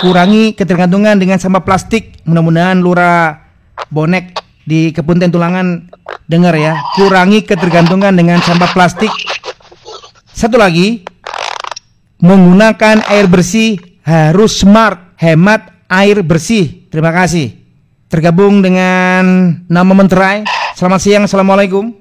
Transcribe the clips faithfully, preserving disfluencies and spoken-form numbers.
kurangi ketergantungan dengan sampah plastik. Mudah-mudahan Lurah Bonek di Kebun Tulangan dengar ya. Kurangi ketergantungan dengan sampah plastik. Satu lagi, menggunakan air bersih harus smart, hemat air bersih. Terima kasih. Tergabung dengan nama Menterai. Selamat siang, assalamualaikum.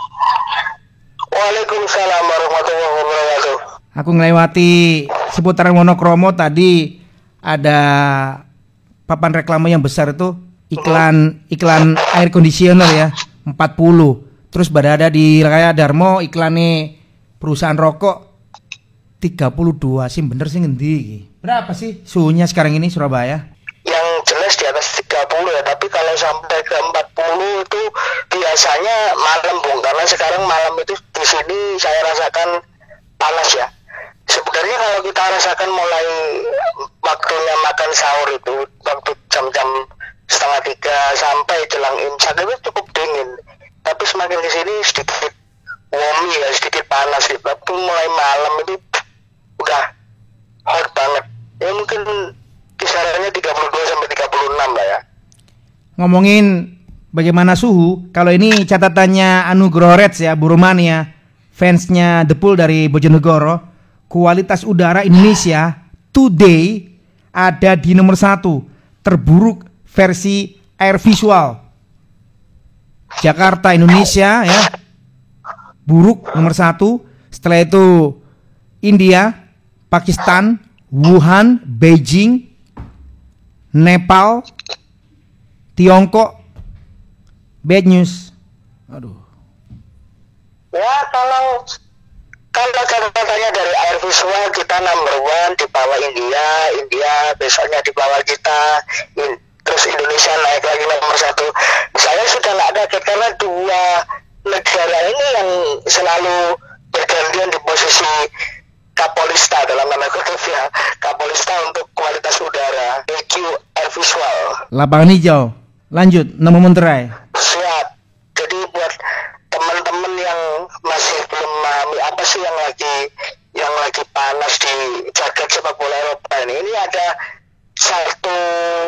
Waalaikumsalam warahmatullahi wabarakatuh. Aku ngelewati seputaran Wonokromo tadi ada papan reklame yang besar itu iklan iklan air conditioner ya empat puluh. Terus berada di Raya Darmo iklannya perusahaan rokok tiga puluh dua sih, bener sih ngendi? Berapa sih suhunya sekarang ini Surabaya? Yang jelas di atas tiga puluh ya, tapi kalau sampai ke empat puluh itu biasanya malam, Bung, karena sekarang malam itu di sini saya rasakan panas ya. Sebenarnya kalau kita rasakan mulai waktunya makan sahur itu waktu jam-jam setengah tiga sampai jelang imsak itu cukup dingin, tapi semakin di sini sedikit warm ya, sedikit panas gitu. Tapi mulai malam itu udah hot banget ya, mungkin kisarannya tiga puluh dua sampai tiga puluh enam lah ya. Ngomongin bagaimana suhu, kalau ini catatannya Anugroho Reds ya, Burumania, fansnya The Pool dari Bojonegoro. Kualitas udara Indonesia today ada di nomor satu, terburuk versi air visual. Jakarta Indonesia ya, buruk nomor satu. Setelah itu India, Pakistan, Wuhan, Beijing, Nepal, Tiongkok. Bad news. Aduh. Ya kalau kalau catatannya dari air visual kita number one di bawah India, India besoknya di bawah kita, in, terus Indonesia naik lagi nomor satu. Saya sudah nggak kaget karena dua negara ini yang selalu bergantian di posisi Kapolista dalam tanda kutip ya, Kapolista untuk kualitas udara, E Q air visual. Lapangan hijau. Lanjut, nama Menterai. Siap. Jadi buat teman-teman yang masih belum memahami apa sih yang lagi yang lagi panas di jagat sepak bola Eropa ini, ini ada satu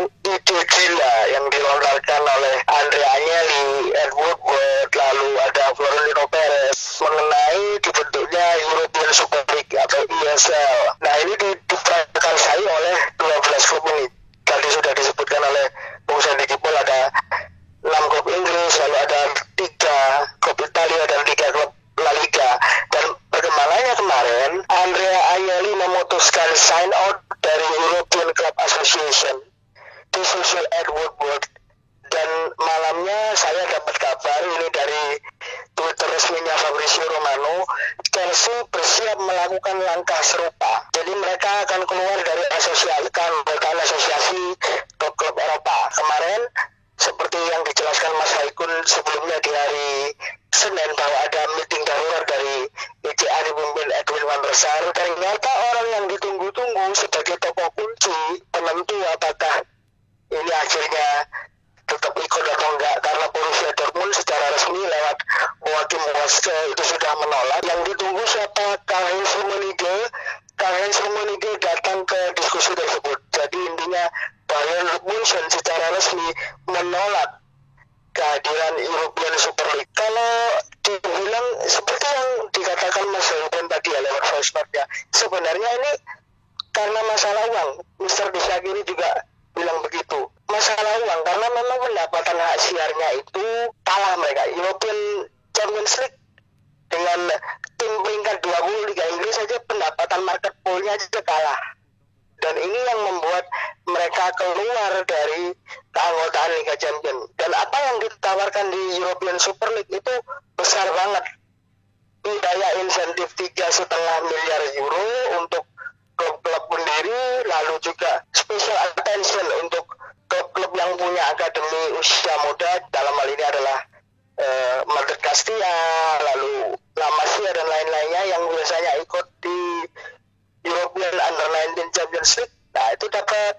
ide gila yang dilontarkan oleh Andre Agnelli, Ed Woodward, lalu ada Florentino Perez mengenai dibentuknya European Super League atau E S L. Nah ini diprakarsai oleh dua belas klub ini. Tadi sudah disebutkan oleh Bung Sandy Kipol, ada enam klub Inggris, lalu ada tiga klub Italia dan tiga klub La Liga. Dan bagaimananya kemarin Andrea Agnelli memutuskan sign out dari European Club Association, disusul Ed Woodward. Dan malamnya saya dapat kabar ini dari Twitter resminya Fabrizio Romano, Chelsea bersiap melakukan langkah serupa. Jadi mereka akan keluar dari asosiasi kan asosiasi klub-klub Eropa. Kemarin seperti yang dijelaskan Mas Haikun sebelumnya di hari Senin bahwa ada meeting darurat dari I C A dipimpin Edwin van der Sar. Ternyata orang yang ditunggu-tunggu sebagai tokoh kunci penentu apakah ini akhirnya tetap ikut atau enggak, karena Borussia Dortmund secara resmi lewat Joachim Watzke itu sudah menolak. Yang ditunggu siapa? Karl-Heinz Rummenigge. Karl-Heinz Rummenigge datang ke diskusi tersebut. Jadi intinya Bayern Munchen secara resmi menolak kehadiran European Super League. Kalau dibilang seperti yang dikatakan Mas Hilton tadi ya lewat voice note-nya, sebenarnya ini karena masalah uang. Mister Dishagiri juga bilang begitu, masalah uang, karena memang pendapatan hak siarnya itu kalah mereka. European Champions League dengan tim peringkat dua puluh Liga Inggris saja pendapatan market pool-nya aja kalah. Dan ini yang membuat mereka keluar dari keanggotaan Liga Champions. Dan apa yang ditawarkan di European Super League itu besar banget. Biaya insentif tiga setengah miliar euro untuk klub-klub pendiri, lalu juga special attention untuk klub-klub yang punya akademi usia muda, dalam hal ini adalah eh, Madrid Castilla, lalu La Masia dan lain-lainnya yang biasanya ikut di European Under sembilan belas Champions League. Nah itu dapat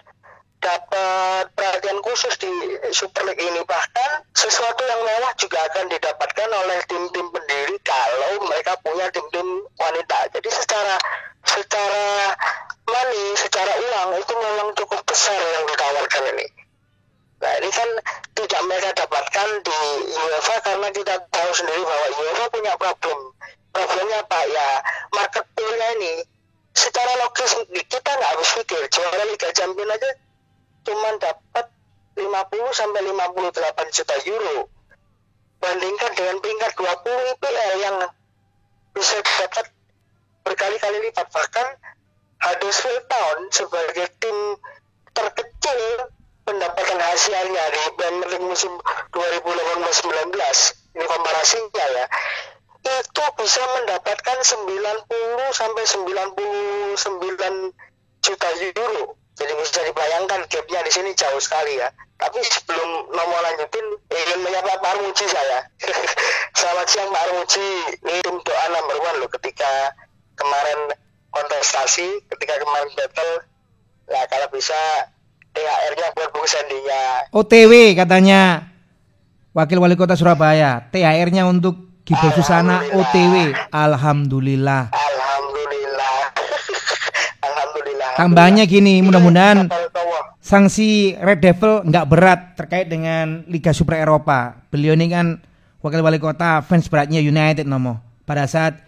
dapat perhatian khusus di Super League ini. Bahkan sesuatu yang mewah juga akan didapatkan oleh tim-tim pendiri kalau mereka punya tim-tim wanita. Jadi secara secara money, secara uang itu memang cukup besar yang ditawarkan ini. Nah ini kan tidak mereka dapatkan di UEFA karena kita tahu sendiri bahwa UEFA punya problem. Problemnya apa ya? Market pool-nya ini secara logis kita nggak habis pikir. Juara Liga Champions aja cuma dapat lima puluh sampai lima puluh delapan juta euro. Bandingkan dengan peringkat dua puluh I P L yang bisa dapat berkali-kali lipat. Bahkan Huddersfield Town sebagai tim terkecil pendapatan hasilnya di Premier League musim dua ribu delapan belas sembilan belas, ini komparasinya ya, itu bisa mendapatkan sembilan puluh sampai sembilan puluh sembilan juta euro. Jadi bisa dibayangkan gapnya di sini jauh sekali ya. Tapi sebelum nomor lanjutin, ingin menyapa Pak Armuji saya. Selamat siang Pak Armuji, ini tim doa number one loh ketika kemarin kontestasi, ketika kemarin battle, ya kalau bisa T H R-nya buat Bung Sandinya. O T W katanya Wakil Wali Kota Surabaya, T H R-nya untuk Gibol Susana O T W. Alhamdulillah. Alhamdulillah. Alhamdulillah. Tambahnya gini, mudah-mudahan sanksi Red Devil nggak berat terkait dengan Liga Super Eropa. Beliau ini kan Wakil Wali Kota, fans beratnya United nomo. Pada saat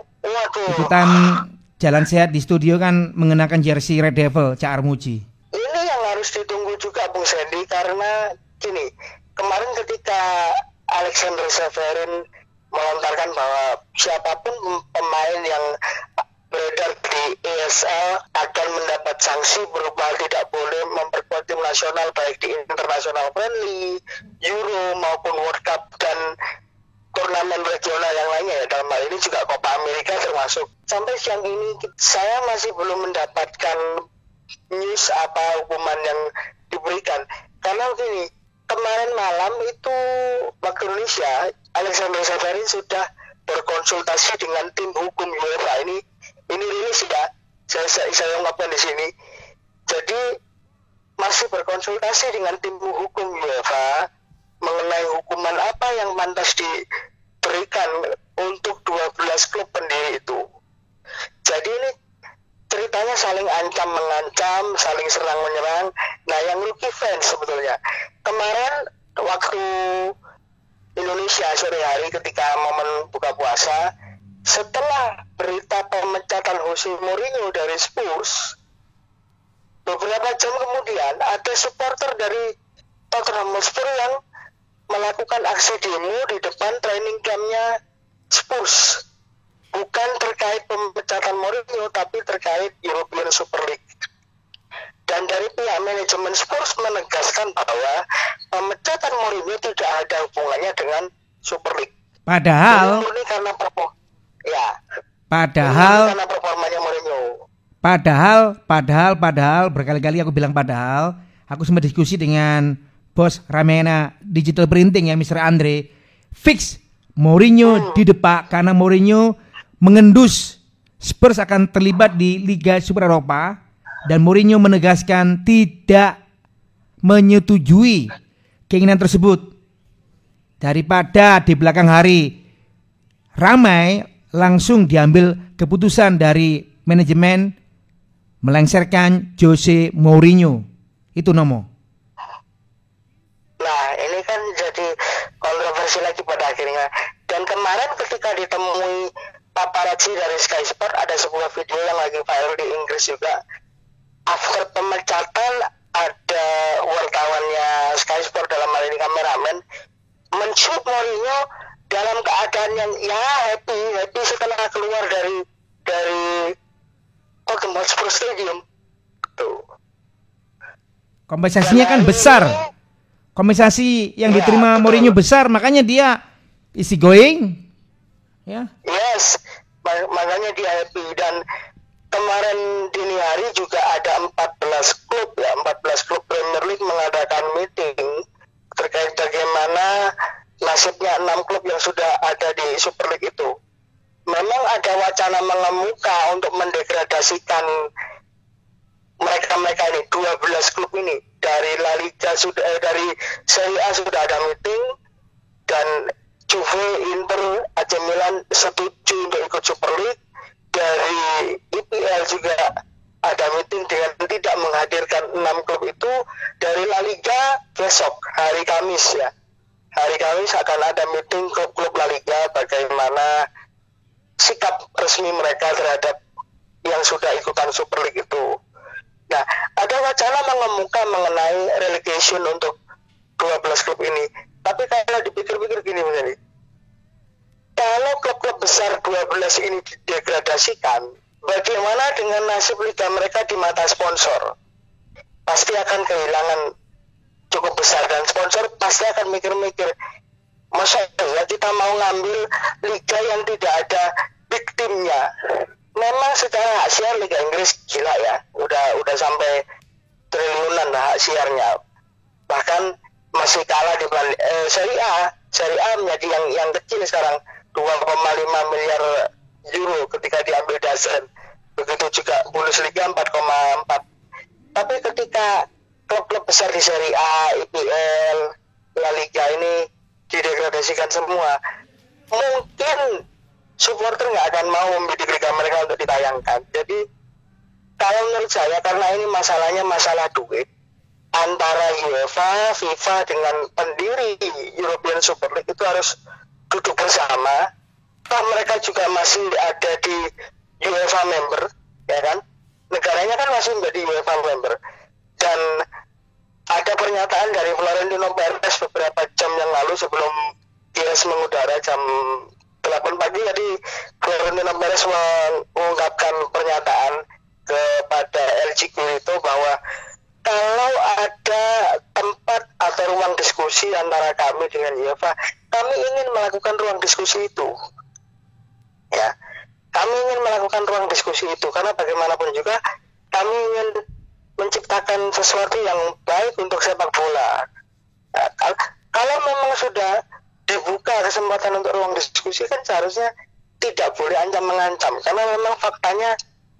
ikutan jalan sehat di studio kan mengenakan jersey Red Devil, Cak Armuji. Ini yang harus ditunggu juga Bung Sandy, karena gini, kemarin ketika Alexander Severin melontarkan bahwa siapapun pemain yang beredar di E S L akan mendapat sanksi berupa tidak boleh memperkuat tim nasional baik di internasional friendly, Euro maupun World Cup dan turnamen regional yang lainnya ya, dalam hal ini juga Copa America termasuk. Sampai siang ini saya masih belum mendapatkan news apa hukuman yang diberikan, karena begini, kemarin malam itu waktu Indonesia Alexander Severin sudah berkonsultasi dengan tim hukum UEFA. Ini ini rilis ya, saya saya, saya ungkapkan di sini. Jadi masih berkonsultasi dengan tim hukum UEFA mengenai hukuman apa yang pantas diberikan untuk dua belas klub pendiri itu. Jadi ini ceritanya saling ancam mengancam, saling serang menyerang. Nah yang rugi fans sebetulnya. Kemarin waktu Indonesia sore hari ketika momen buka puasa, setelah berita pemecatan Jose Mourinho dari Spurs, beberapa jam kemudian ada supporter dari Tottenham Hotspur yang melakukan aksi demo di depan training campnya Spurs. Bukan terkait pemecatan Mourinho, tapi terkait European Super League. Dan dari pihak manajemen Spurs menegaskan bahwa pemecatan Mourinho tidak ada hubungannya dengan Super League. Padahal ini karena perform, ya. Padahal karena performanya Mourinho. Padahal, padahal, padahal berkali-kali aku bilang padahal. Aku sempat diskusi dengan bos Ramayana Digital Printing ya, mister Andre. Fix Mourinho hmm. didepak karena Mourinho mengendus Spurs akan terlibat di Liga Super Eropa, dan Mourinho menegaskan tidak menyetujui keinginan tersebut. Daripada di belakang hari ramai, langsung diambil keputusan dari manajemen melengsarkan Jose Mourinho. Itu Nomo. Nah ini kan jadi kontroversi lagi pada akhirnya. Dan kemarin ketika ditemui paparazzi dari Sky Sport, ada sebuah video yang lagi viral di Inggris juga. After pemecatan, ada wartawannya Sky Sport, dalam hal ini kameramen, men-shoot Mourinho dalam keadaan yang ya happy, happy setelah keluar dari dari Tottenham Hotspur Stadium. Tuh. Kompensasinya kan besar. Kompensasi yang ya, diterima betul. Mourinho besar, makanya dia easy going. Ya. Yes, makanya dia happy. Dan kemarin dini hari juga ada empat belas klub ya, empat belas klub Premier League mengadakan meeting terkait bagaimana nasibnya enam klub yang sudah ada di Super League itu. Memang ada wacana mengemuka untuk mendegradasikan mereka-mereka ini, dua belas klub ini. Dari La Liga sudah, eh, dari Serie A sudah ada meeting, dan Juve, Inter, A C Milan setuju untuk ikut Super League. Dari E P L juga ada meeting dengan tidak menghadirkan enam klub itu dari La Liga besok hari Kamis ya. Hari Kamis akan ada meeting klub-klub La Liga bagaimana sikap resmi mereka terhadap yang sudah ikutan Super League itu. Nah, ada wacana mengemuka mengenai relegation untuk dua belas klub ini. Tapi kalau dipikir-pikir gini misalnya, kalau klub-klub besar dua belas ini didegradasikan, bagaimana dengan nasib liga mereka di mata sponsor? Pasti akan kehilangan cukup besar, dan sponsor pasti akan mikir-mikir, masa ya kita mau ngambil liga yang tidak ada big timnya. Memang secara hak siar Liga Inggris gila ya, udah udah sampai triliunan hak siarnya, bahkan masih kalah di eh, Serie A. Serie A menjadi yang yang kecil sekarang, dua koma lima miliar euro ketika diambil Dazen. Begitu juga Bundesliga empat koma empat. Tapi ketika klub-klub besar di Serie A, I P L, La Liga ini didegradasikan semua, mungkin supporter nggak akan mau membidik liga mereka untuk ditayangkan. Jadi kalau menurut saya, karena ini masalahnya masalah duit antara UEFA, FIFA dengan pendiri European Super League itu harus duduk bersama. Toh mereka juga masih ada di UEFA member, ya kan? Negaranya kan masih menjadi UEFA member. Dan ada pernyataan dari Florentino Perez beberapa jam yang lalu sebelum dia mengudara jam delapan pagi, jadi Florentino Perez mengungkapkan pernyataan kepada L G Guito bahwa kalau ada tempat atau ruang diskusi antara kami dengan UEFA, kami ingin melakukan ruang diskusi itu. Ya, kami ingin melakukan ruang diskusi itu karena bagaimanapun juga kami ingin menciptakan sesuatu yang baik untuk sepak bola. Nah, kalau memang sudah dibuka kesempatan untuk ruang diskusi, kan seharusnya tidak boleh ancam mengancam, karena memang faktanya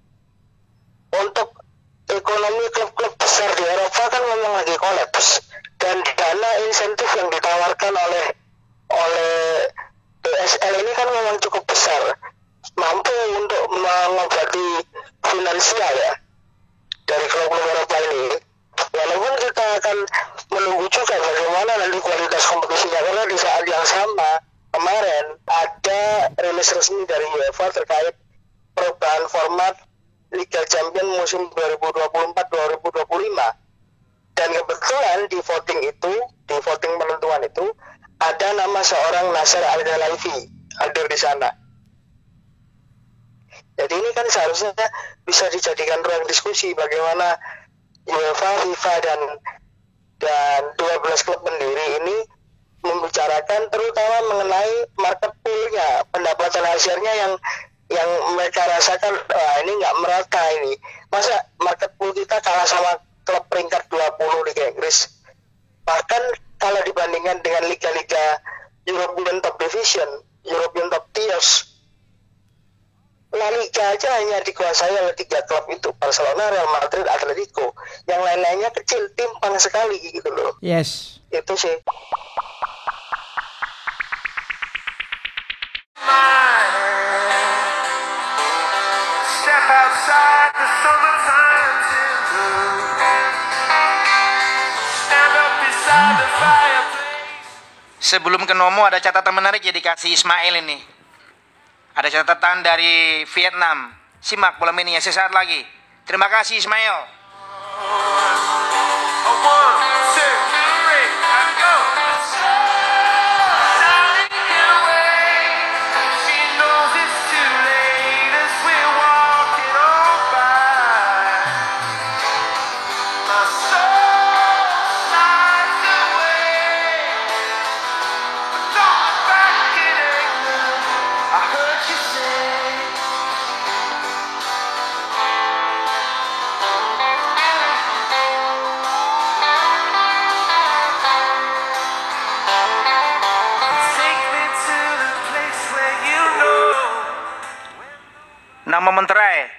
untuk ekonomi klub-klub besar di Eropa kan memang lagi kolaps, dan dana insentif yang ditawarkan oleh oleh P S L ini kan memang cukup besar, mampu untuk mengobati finansial ya dari klub-klub Eropa ini. Walaupun kita akan menunggu juga bagaimana nanti kualitas kompetisinya, karena di saat yang sama kemarin ada rilis resmi dari UEFA terkait perubahan format Liga Champions musim dua ribu dua puluh empat dua ribu dua puluh lima, dan kebetulan di voting itu, di voting penentuan itu ada nama seorang Nasser Al-Khelaifi hadir di sana. Jadi ini kan seharusnya bisa dijadikan ruang diskusi bagaimana UEFA, FIFA dan dan dua belas klub pendiri ini membicarakan terutama mengenai market pool-nya, pendapatan hasilnya yang yang mereka rasakan, wah ini nggak merata ini. Masa market pool kita kalah sama klub peringkat dua puluh Liga Inggris. Bahkan kalau dibandingkan dengan liga-liga European Top Division, European Top Tiers, La Liga aja hanya dikuasai oleh tiga klub itu, Barcelona, Real Madrid, Atletico. Yang lain-lainnya kecil, timpang sekali gitu loh. Yes. Itu sih. Sebelum ke Nomo ada catatan menarik ya dikasih Ismail ini. Ada catatan dari Vietnam. Simak bola mininya sesaat lagi. Terima kasih Ismail. Nama Menterai.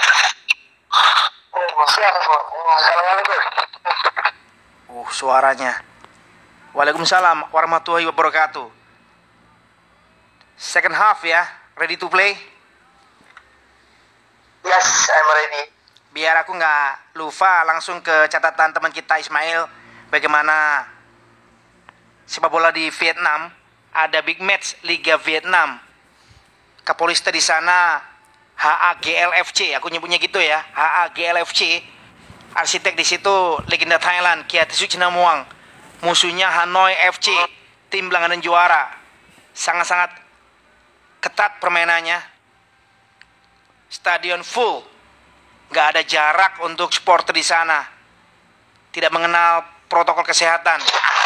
Uh, suaranya. Waalaikumsalam warahmatullahi wabarakatuh. Second half ya, ready to play? Yes, I'm ready. biar aku nggak lupa, langsung ke catatan teman kita Ismail. Bagaimana sepak bola di Vietnam, ada big match Liga Vietnam. Kapolista di sana H A G L F C, aku nyebutnya gitu ya, H A G L F C. Arsitek di situ legenda Thailand Kiatisu Chinamuang. Musuhnya Hanoi F C, tim langganan juara. Sangat-sangat ketat permainannya. Stadion full, nggak ada jarak untuk supporter di sana. Tidak mengenal protokol kesehatan.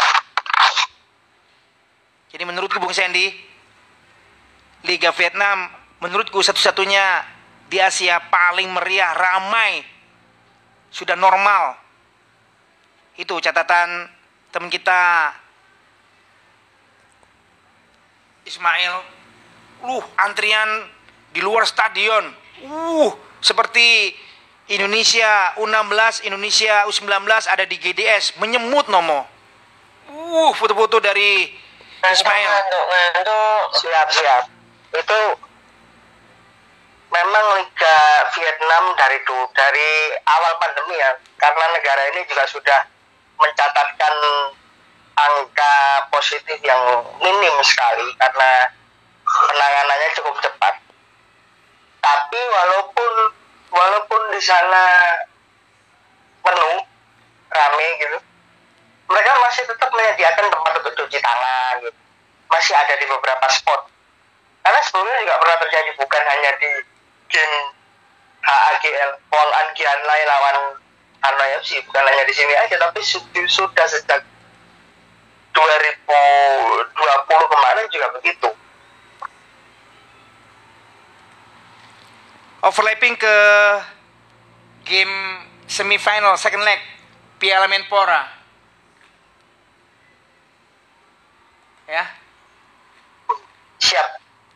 Jadi menurutku Bung Sandy, Liga Vietnam menurutku satu-satunya di Asia paling meriah, ramai, sudah normal. Itu catatan teman kita Ismail. Uh, antrian di luar stadion. Uh, seperti Indonesia U enam belas, Indonesia U sembilan belas ada di G D S, menyemut nomo. Uh, foto-foto dari Ismail. Ngantuk, ngantuk. Siap, siap. Itu memang Liga Vietnam dari dulu, dari awal pandemi ya, karena negara ini juga sudah mencatatkan angka positif yang minim sekali karena penanganannya cukup cepat. Tapi walaupun walaupun di sana penuh, rame gitu, mereka masih tetap menyediakan tempat untuk cuci tangan gitu. Masih ada di beberapa spot. Karena sebelumnya juga pernah terjadi, bukan hanya di game H A G L Hong An Kian Lai lawan Hanoi F C, bukan hanya di sini aja, tapi sudah sejak dua ribu dua puluh kemarin juga begitu. Overlapping ke game semifinal second leg Piala Menpora. Ya. Siap.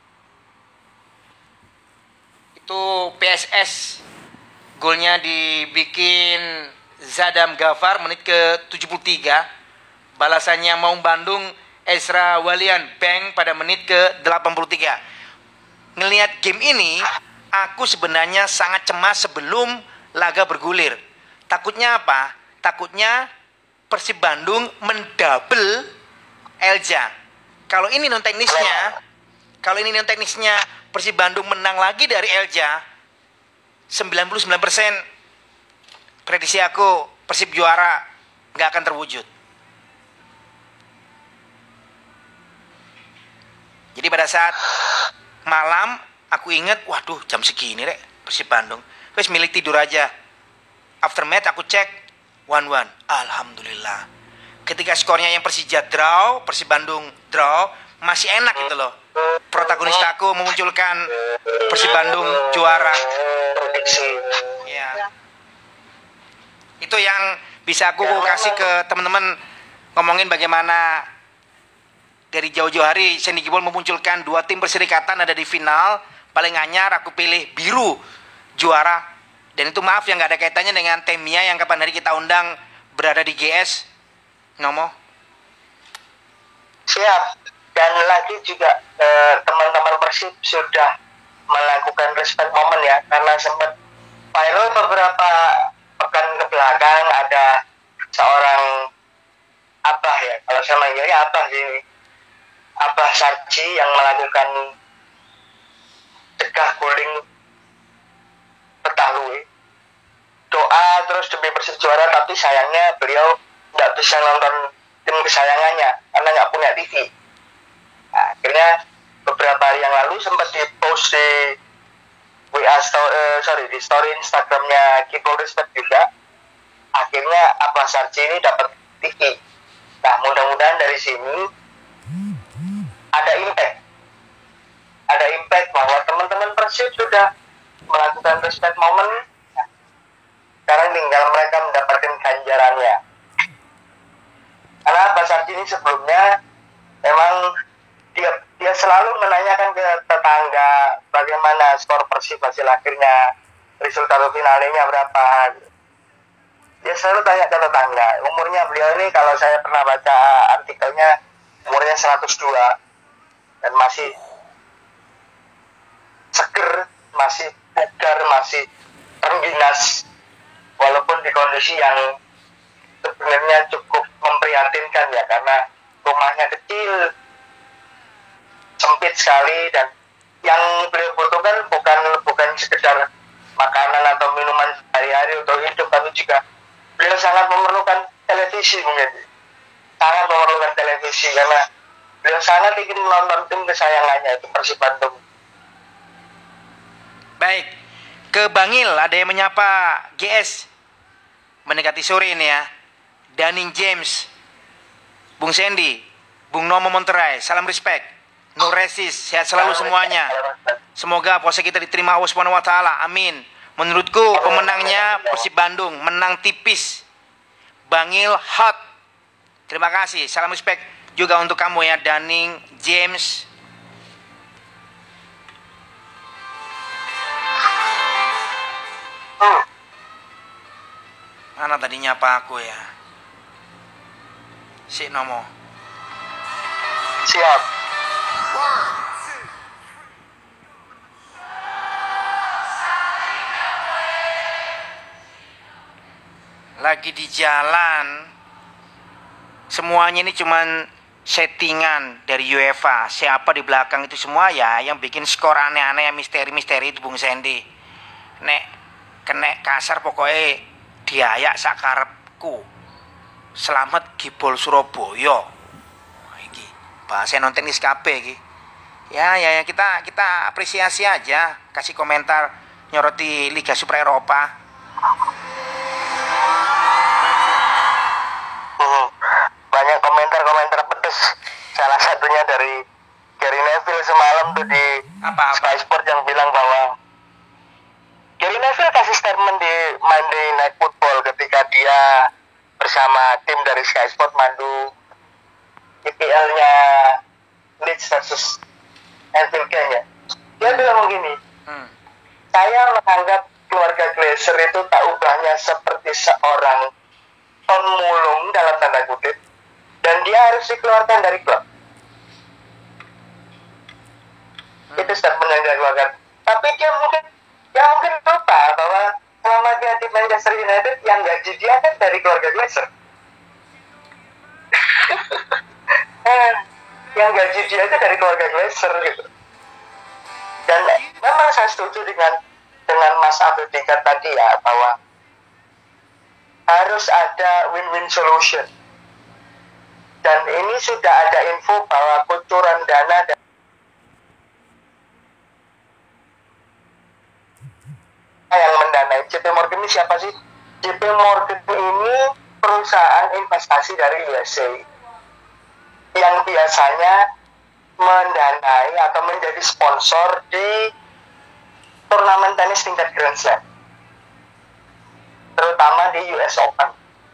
Itu P S S golnya dibikin Zadam Gafar menit ke tujuh puluh tiga. Balasannya Maung Bandung Ezra Walian Bang pada menit ke delapan puluh tiga. Ngelihat game ini, aku sebenarnya sangat cemas sebelum laga bergulir. Takutnya apa? Takutnya Persib Bandung mendouble Elja. Kalau ini non teknisnya, kalau ini non teknisnya Persib Bandung menang lagi dari Elja, sembilan puluh sembilan persen prediksi aku Persib juara nggak akan terwujud. Jadi pada saat malam aku ingat, waduh jam segini rek Persib Bandung, wes milih tidur aja. After match aku cek one one, alhamdulillah. Ketika skornya yang Persija draw, Persib Bandung draw, masih enak gitu loh. Protagonis aku memunculkan Persib Bandung juara. Ya. Itu yang bisa aku kasih ke teman-teman, ngomongin bagaimana dari jauh-jauh hari Sandy Gibol memunculkan dua tim perserikatan ada di final. Paling anyar aku pilih biru juara. Dan itu maaf yang gak ada kaitannya dengan Temia yang kapan hari kita undang berada di G S. Nomo. Siap. Dan lagi juga eh, teman-teman Persib sudah melakukan respect moment ya, karena sempat viral beberapa pekan ke belakang ada seorang abah ya, kalau saya manggilnya abah sini, Abah Sarji yang melakukan cegah guling Betawi, doa terus demi Persib juara, tapi sayangnya beliau nggak bisa nonton tim kesayangannya karena nggak punya T V. Nah, akhirnya beberapa hari yang lalu sempat di post di W A story, uh, sorry di story Instagramnya Kipol Respect juga. Akhirnya Abah Sarji ini dapat T V. Nah, mudah-mudahan dari sini ada impact, ada impact bahwa teman-teman Persib sudah melakukan respect moment. Nah, sekarang tinggal mereka mendapatkan ganjarannya. Karena Abah Sarji ini sebelumnya memang dia dia selalu menanyakan ke tetangga bagaimana skor Persib hasil akhirnya, resultat finalnya berapa. Dia selalu tanya ke tetangga. Umurnya beliau ini kalau saya pernah baca artikelnya umurnya seratus dua dan masih seger, masih bugar, masih terengginas di kondisi yang sebenarnya cukup memprihatinkan ya, karena rumahnya kecil, sempit sekali, dan yang beliau butuhkan bukan bukan sekedar makanan atau minuman sehari-hari untuk hidup, tapi juga beliau sangat memerlukan televisi mungkin, sangat memerlukan televisi karena beliau sangat ingin menonton tim kesayangannya, itu Persib Bandung. Baik, ke Bangil ada yang menyapa G S mendekati sore ini ya. Daning James, Bung Sandy, Bung Nomo Monterai, salam respect. No resist, sehat selalu semuanya. Semoga puasa kita diterima Allah Subhanahu wa taala. Amin. Menurutku pemenangnya Persib Bandung, menang tipis. Bangil hot. Terima kasih. Salam respect juga untuk kamu ya, Daning James. Mana tadinya apa aku ya? Si Nomo. Siap. Lagi di jalan. Semuanya ini cuman settingan dari UEFA. Siapa di belakang itu semua ya, yang bikin skor aneh-aneh, yang misteri-misteri itu Bung Sandy. Nek kena kasar pokoknya diayak sakarepku. Selamat Gibol Surabaya. Iki bahasa non teknis K P iki. Ya ya ya kita kita apresiasi aja, kasih komentar nyoroti Liga Super Eropa. Hmm, banyak komentar-komentar pedes. Salah satunya dari Gary Neville semalam tuh di Apa-apa? Sky Sport yang bilang bahwa Gary Neville kasih statement di Monday Night Football ketika dia bersama tim dari Sky Sport mandu I P L-nya Leeds versus Anfield ya. Dia bilang begini, hmm. saya menganggap keluarga Glazer itu tak ubahnya seperti seorang pemulung dalam tanda kutip, dan dia harus dikeluarkan dari klub. Hmm. Itu statement yang dia keluarkan. Tapi dia mungkin, dia mungkin lupa bahwa selama dia di Manchester United, yang gaji dia kan dari keluarga Glazer. Yang gaji dia itu dari keluarga Glazer gitu. Dan memang saya setuju dengan dengan Mas Abdul Dikar tadi ya, bahwa harus ada win-win solution. Dan ini sudah ada info bahwa kucuran dana dan yang mendanai J P Morgan ini siapa sih? J P Morgan ini perusahaan investasi dari U S A yang biasanya mendanai atau menjadi sponsor di turnamen tenis tingkat Grand Slam, terutama di U S Open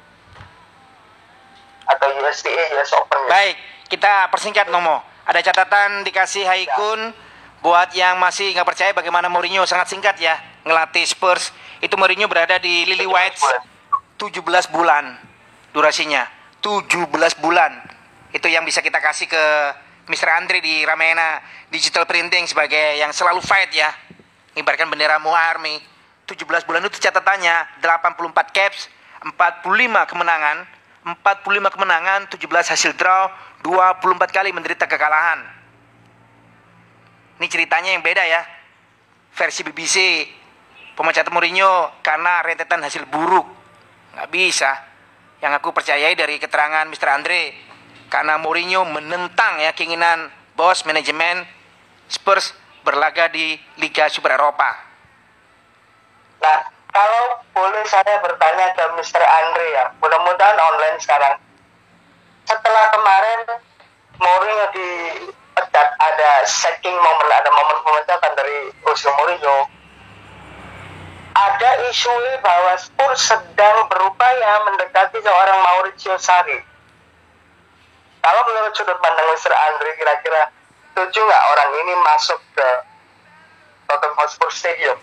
atau U S D A, U S Open. Baik, kita persingkat Nomo. Ada catatan dikasih Haikun ya. Buat yang masih nggak percaya bagaimana Mourinho, sangat singkat ya, ngelatih Spurs. Itu Mourinho berada di Lily White tujuh belas bulan durasinya. tujuh belas bulan. Itu yang bisa kita kasih ke mister Andre di Ramayana Digital Printing sebagai yang selalu fight ya. Ngibarkan bendera Mo Army. tujuh belas bulan itu catatannya delapan puluh empat caps, empat puluh lima kemenangan, empat puluh lima kemenangan, tujuh belas hasil draw, dua puluh empat kali menderita kekalahan. Ini ceritanya yang beda ya. Versi B B C, pemecatan Mourinho karena rentetan hasil buruk. Nggak bisa. Yang aku percayai dari keterangan mister Andre, karena Mourinho menentang ya keinginan bos manajemen Spurs berlaga di Liga Super Eropa. Nah, kalau boleh saya bertanya ke mister Andre ya, mudah-mudahan online sekarang. Setelah kemarin Mourinho dipecat, ada shaking moment, ada momen pemecatan dari Jose Mourinho. Ada isu bahwa Spurs sedang berupaya mendekati seorang Maurizio Sarri. Kalau menurut sudut pandang mister Andre, kira-kira setuju nggak orang ini masuk ke Tottenham Hotspur Stadium?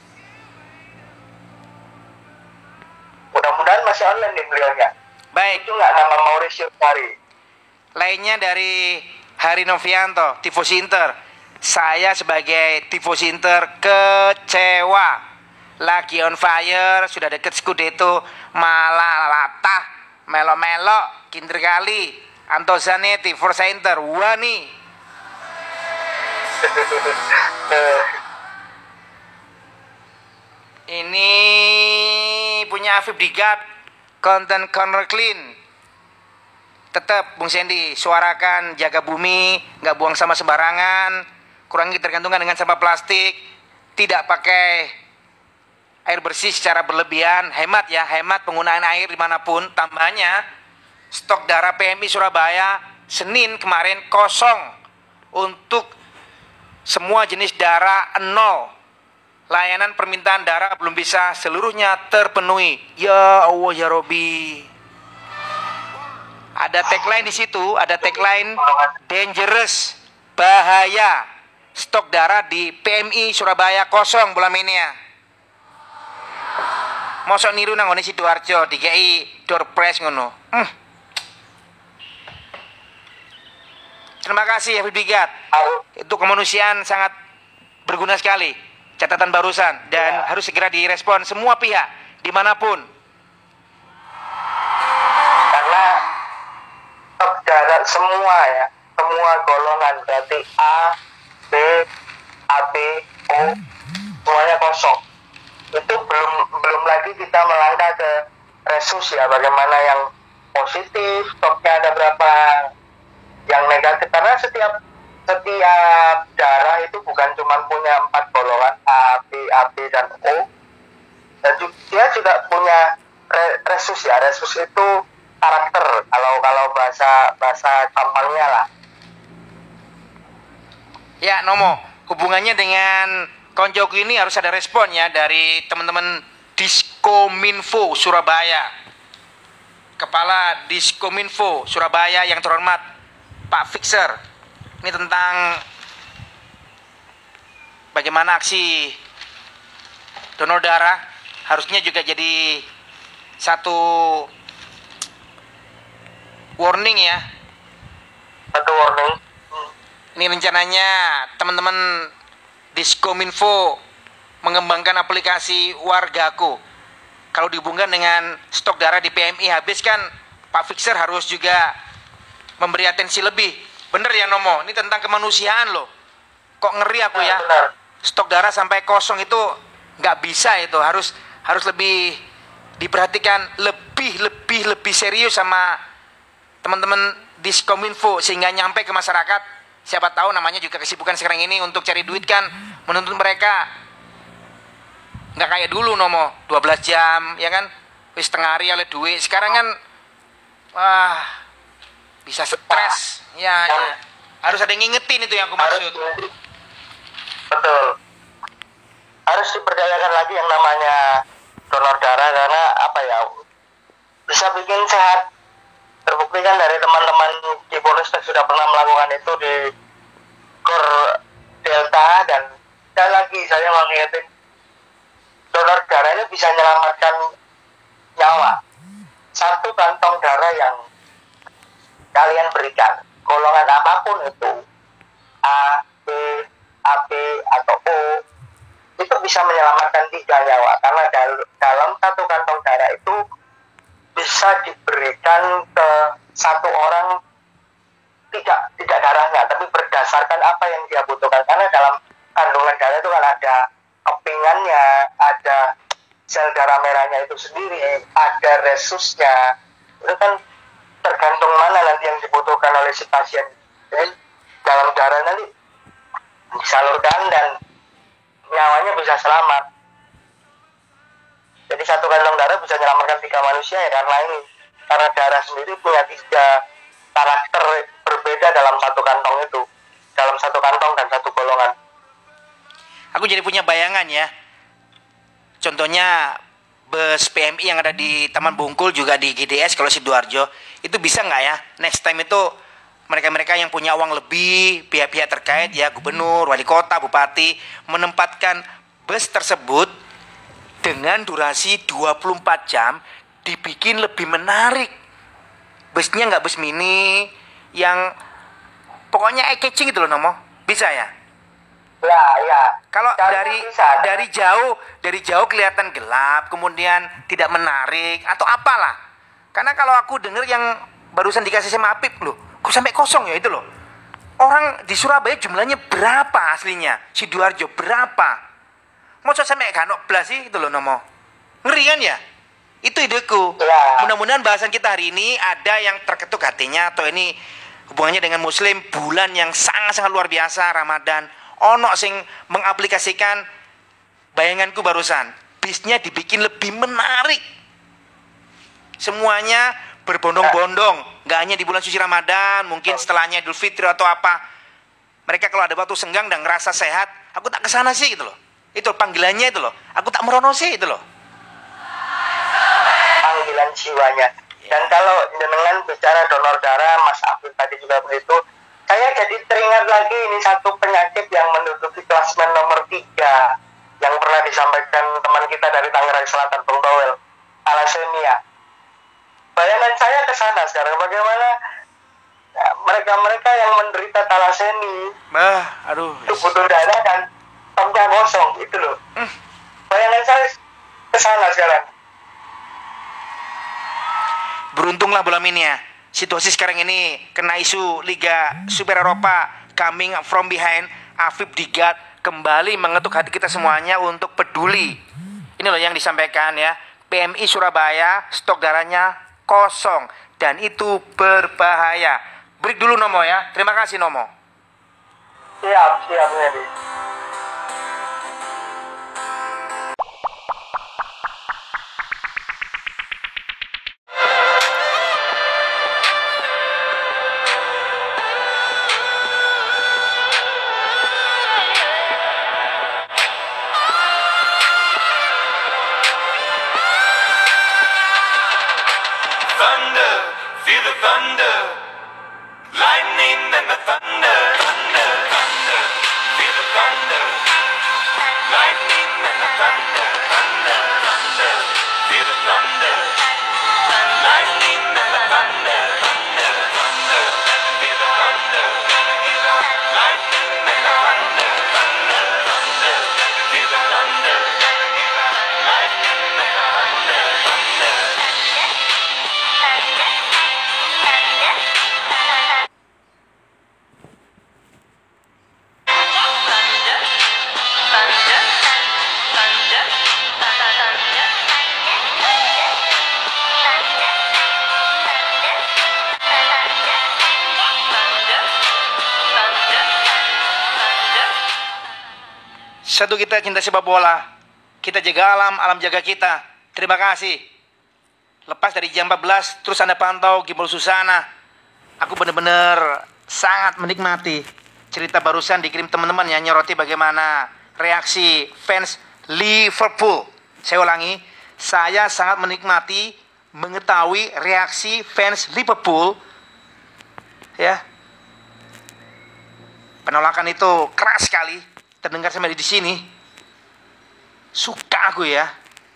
Mudah-mudahan masih online nih beliaunya. Baik. Itu nggak nama Maurizio Sarri. Lainnya dari Hari Novianto, Tifos Inter. Saya sebagai Tifos Inter kecewa lagi on fire, sudah deket Scudetto, malah latah, melo-melo, kinder kali, Anto Zanetti, Forza Inter, wah nih. Ini punya Afif Digat, konten corner clean. Tetap Bung Sandy, suarakan jaga bumi, nggak buang sampah sembarangan, kurangi ketergantungan dengan sampah plastik, tidak pakai air bersih secara berlebihan, hemat ya, hemat penggunaan air dimanapun. Tambahnya, stok darah P M I Surabaya Senin kemarin kosong untuk semua jenis darah nol. Layanan permintaan darah belum bisa seluruhnya terpenuhi. Ya Allah ya Robi. Ada tagline di situ, ada tagline dangerous, bahaya. Stok darah di P M I Surabaya kosong bulan ini ya. Mosok niru nang ngene Sidoarjo dikei door prize ngono. Hmm. Terima kasih ya Bigat. Itu kemanusiaan sangat berguna sekali. Catatan barusan dan ya, harus segera direspon semua pihak dimanapun. Karena stok darah semua ya, semua golongan berarti A, B, A B, O semuanya kosong. Itu belum belum lagi kita melangkah ke resus ya, bagaimana yang positif, stoknya ada berapa, yang negatif, karena setiap setiap darah itu bukan cuma punya empat golongan A, B, A B dan O, dan juga, dia juga punya re, resus ya. Resus itu karakter kalau kalau bahasa bahasa gampangnya lah. Ya Nomo, hubungannya dengan konjoku ini harus ada respon ya dari teman-teman Diskominfo Surabaya. Kepala Diskominfo Surabaya yang terhormat Pak Fixer. Ini tentang bagaimana aksi donor darah harusnya juga jadi satu warning ya. Satu warning. Ini rencananya teman-teman Diskominfo mengembangkan aplikasi Wargaku. Kalau dihubungkan dengan stok darah di P M I habis kan Pak Fixer harus juga memberi atensi lebih. Bener ya Nomo, ini tentang kemanusiaan loh. Kok ngeri aku ya. Benar. Stok darah sampai kosong itu nggak bisa itu, harus harus lebih diperhatikan, lebih lebih lebih serius sama teman-teman Diskominfo sehingga nyampe ke masyarakat. Siapa tahu namanya juga kesibukan sekarang ini untuk cari duit kan, menuntut mereka nggak kayak dulu Nomo, dua belas jam ya kan, wis setengah hari oleh duit. Sekarang kan wah bisa stres ya, ya. Harus ada yang ngingetin, itu yang aku maksud. Harus, betul, harus diperdayakan lagi yang namanya donor darah, karena apa ya, bisa bikin sehat. Terbukti kan dari teman-teman di Polres sudah pernah melakukan itu di Gor Delta, dan sekali lagi saya mau ngingetin, donor darah itu bisa menyelamatkan nyawa. Satu kantong darah yang kalian berikan, golongan apapun itu, A, B, A B atau O, itu bisa menyelamatkan tiga nyawa, karena dal- dalam satu kantong darah itu bisa diberikan ke satu orang, tidak tidak darahnya, tapi berdasarkan apa yang dia butuhkan. Karena dalam kandungan darah itu kan ada kepingannya, ada sel darah merahnya itu sendiri, ada resusnya, itu kan tergantung mana nanti yang dibutuhkan oleh si pasien. Jadi dalam darah nanti disalurkan dan nyawanya bisa selamat. Jadi satu kantong darah bisa menyelamatkan tiga manusia ya, karena ini, karena darah sendiri punya tiga karakter berbeda dalam satu kantong itu, dalam satu kantong dan satu golongan. Aku jadi punya bayangan ya. Contohnya bus P M I yang ada di Taman Bungkul, juga di G D S kalau Sidoarjo, itu bisa nggak ya next time itu mereka-mereka yang punya uang lebih, pihak-pihak terkait ya, gubernur, wali kota, bupati, menempatkan bus tersebut dengan durasi dua puluh empat jam, dibikin lebih menarik. Busnya nggak bus mini yang pokoknya eye catching gitu loh Nomo. Bisa ya? Ya, ya. Kalau Caranya dari bisa. dari jauh, dari jauh kelihatan gelap, kemudian tidak menarik atau apalah. Karena kalau aku dengar yang barusan dikasih sama Apip loh, kok sampai kosong ya itu loh. Orang di Surabaya jumlahnya berapa aslinya? Sidoarjo berapa? Mau sampai kanok belas sih itu loh nomo. Ngeri kan ya? Itu ideku. Ya. Mudah-mudahan bahasan kita hari ini ada yang terketuk hatinya, atau ini hubungannya dengan Muslim, bulan yang sangat-sangat luar biasa, Ramadan. Ono sing mengaplikasikan bayanganku barusan. Bisnya dibikin lebih menarik. Semuanya berbondong-bondong. Nggak hanya di bulan suci Ramadan, mungkin setelahnya Idul Fitri atau apa. Mereka kalau ada waktu senggang dan ngerasa sehat, aku tak kesana sih gitu loh. Itu panggilannya itu loh. Aku tak merono sih itu loh. Panggilan jiwanya. Dan kalau dengan bicara donor darah, Mas Afif tadi juga begitu, saya jadi teringat lagi ini satu penyakit yang menduduki klasmen nomor tiga yang pernah disampaikan teman kita dari Tangerang Selatan, Bung Towel, thalassemia. Bayangan saya ke sana sekarang, bagaimana ya, mereka-mereka yang menderita thalassemia, Bah, aduh. itu butuh darah dan tongnya kosong, itu loh. Hmm. Bayangan saya ke sana sekarang. Beruntunglah bola mini ya. Situasi sekarang ini kena isu Liga Super Eropa coming from behind. Afif Digat kembali mengetuk hati kita semuanya untuk peduli. Ini loh yang disampaikan ya. P M I Surabaya stok darahnya kosong dan itu berbahaya. Break dulu Nomo ya. Terima kasih Nomo. Siap, siap Nedi. Thunder, feel the thunder, lightning and the thunder, thunder, thunder, feel the thunder, lightning and the thunder, thunder, thunder, feel the thunder, lightning and the thunder, thunder, thunder, feel the thunder, lightning and the thunder, thunder, thunder, feel the thunder, lightning and the thunder, thunder. Satu, kita cinta sepak bola. Kita jaga alam, alam jaga kita. Terima kasih. Lepas dari jam empat belas, terus Anda pantau Gimbal Susana. Aku benar-benar sangat menikmati cerita barusan dikirim teman-teman yang nyoroti bagaimana reaksi fans Liverpool. Saya ulangi, saya sangat menikmati mengetahui reaksi fans Liverpool. Ya, penolakan itu keras sekali, terdengar sampai di sini. Suka aku ya.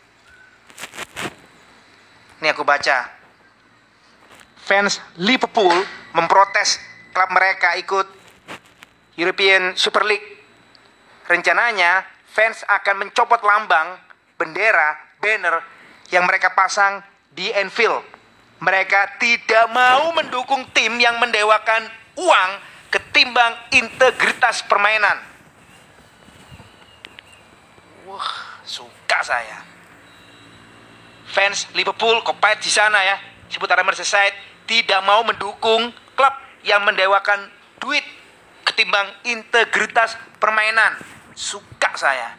Ini aku baca. Fans Liverpool memprotes klub mereka ikut European Super League. Rencananya fans akan mencopot lambang, bendera, banner yang mereka pasang di Anfield. Mereka tidak mau mendukung tim yang mendewakan uang ketimbang integritas permainan. Wah, suka saya. Fans Liverpool kopait di sana ya, seputaran Merseyside, tidak mau mendukung klub yang mendewakan duit ketimbang integritas permainan. Suka saya.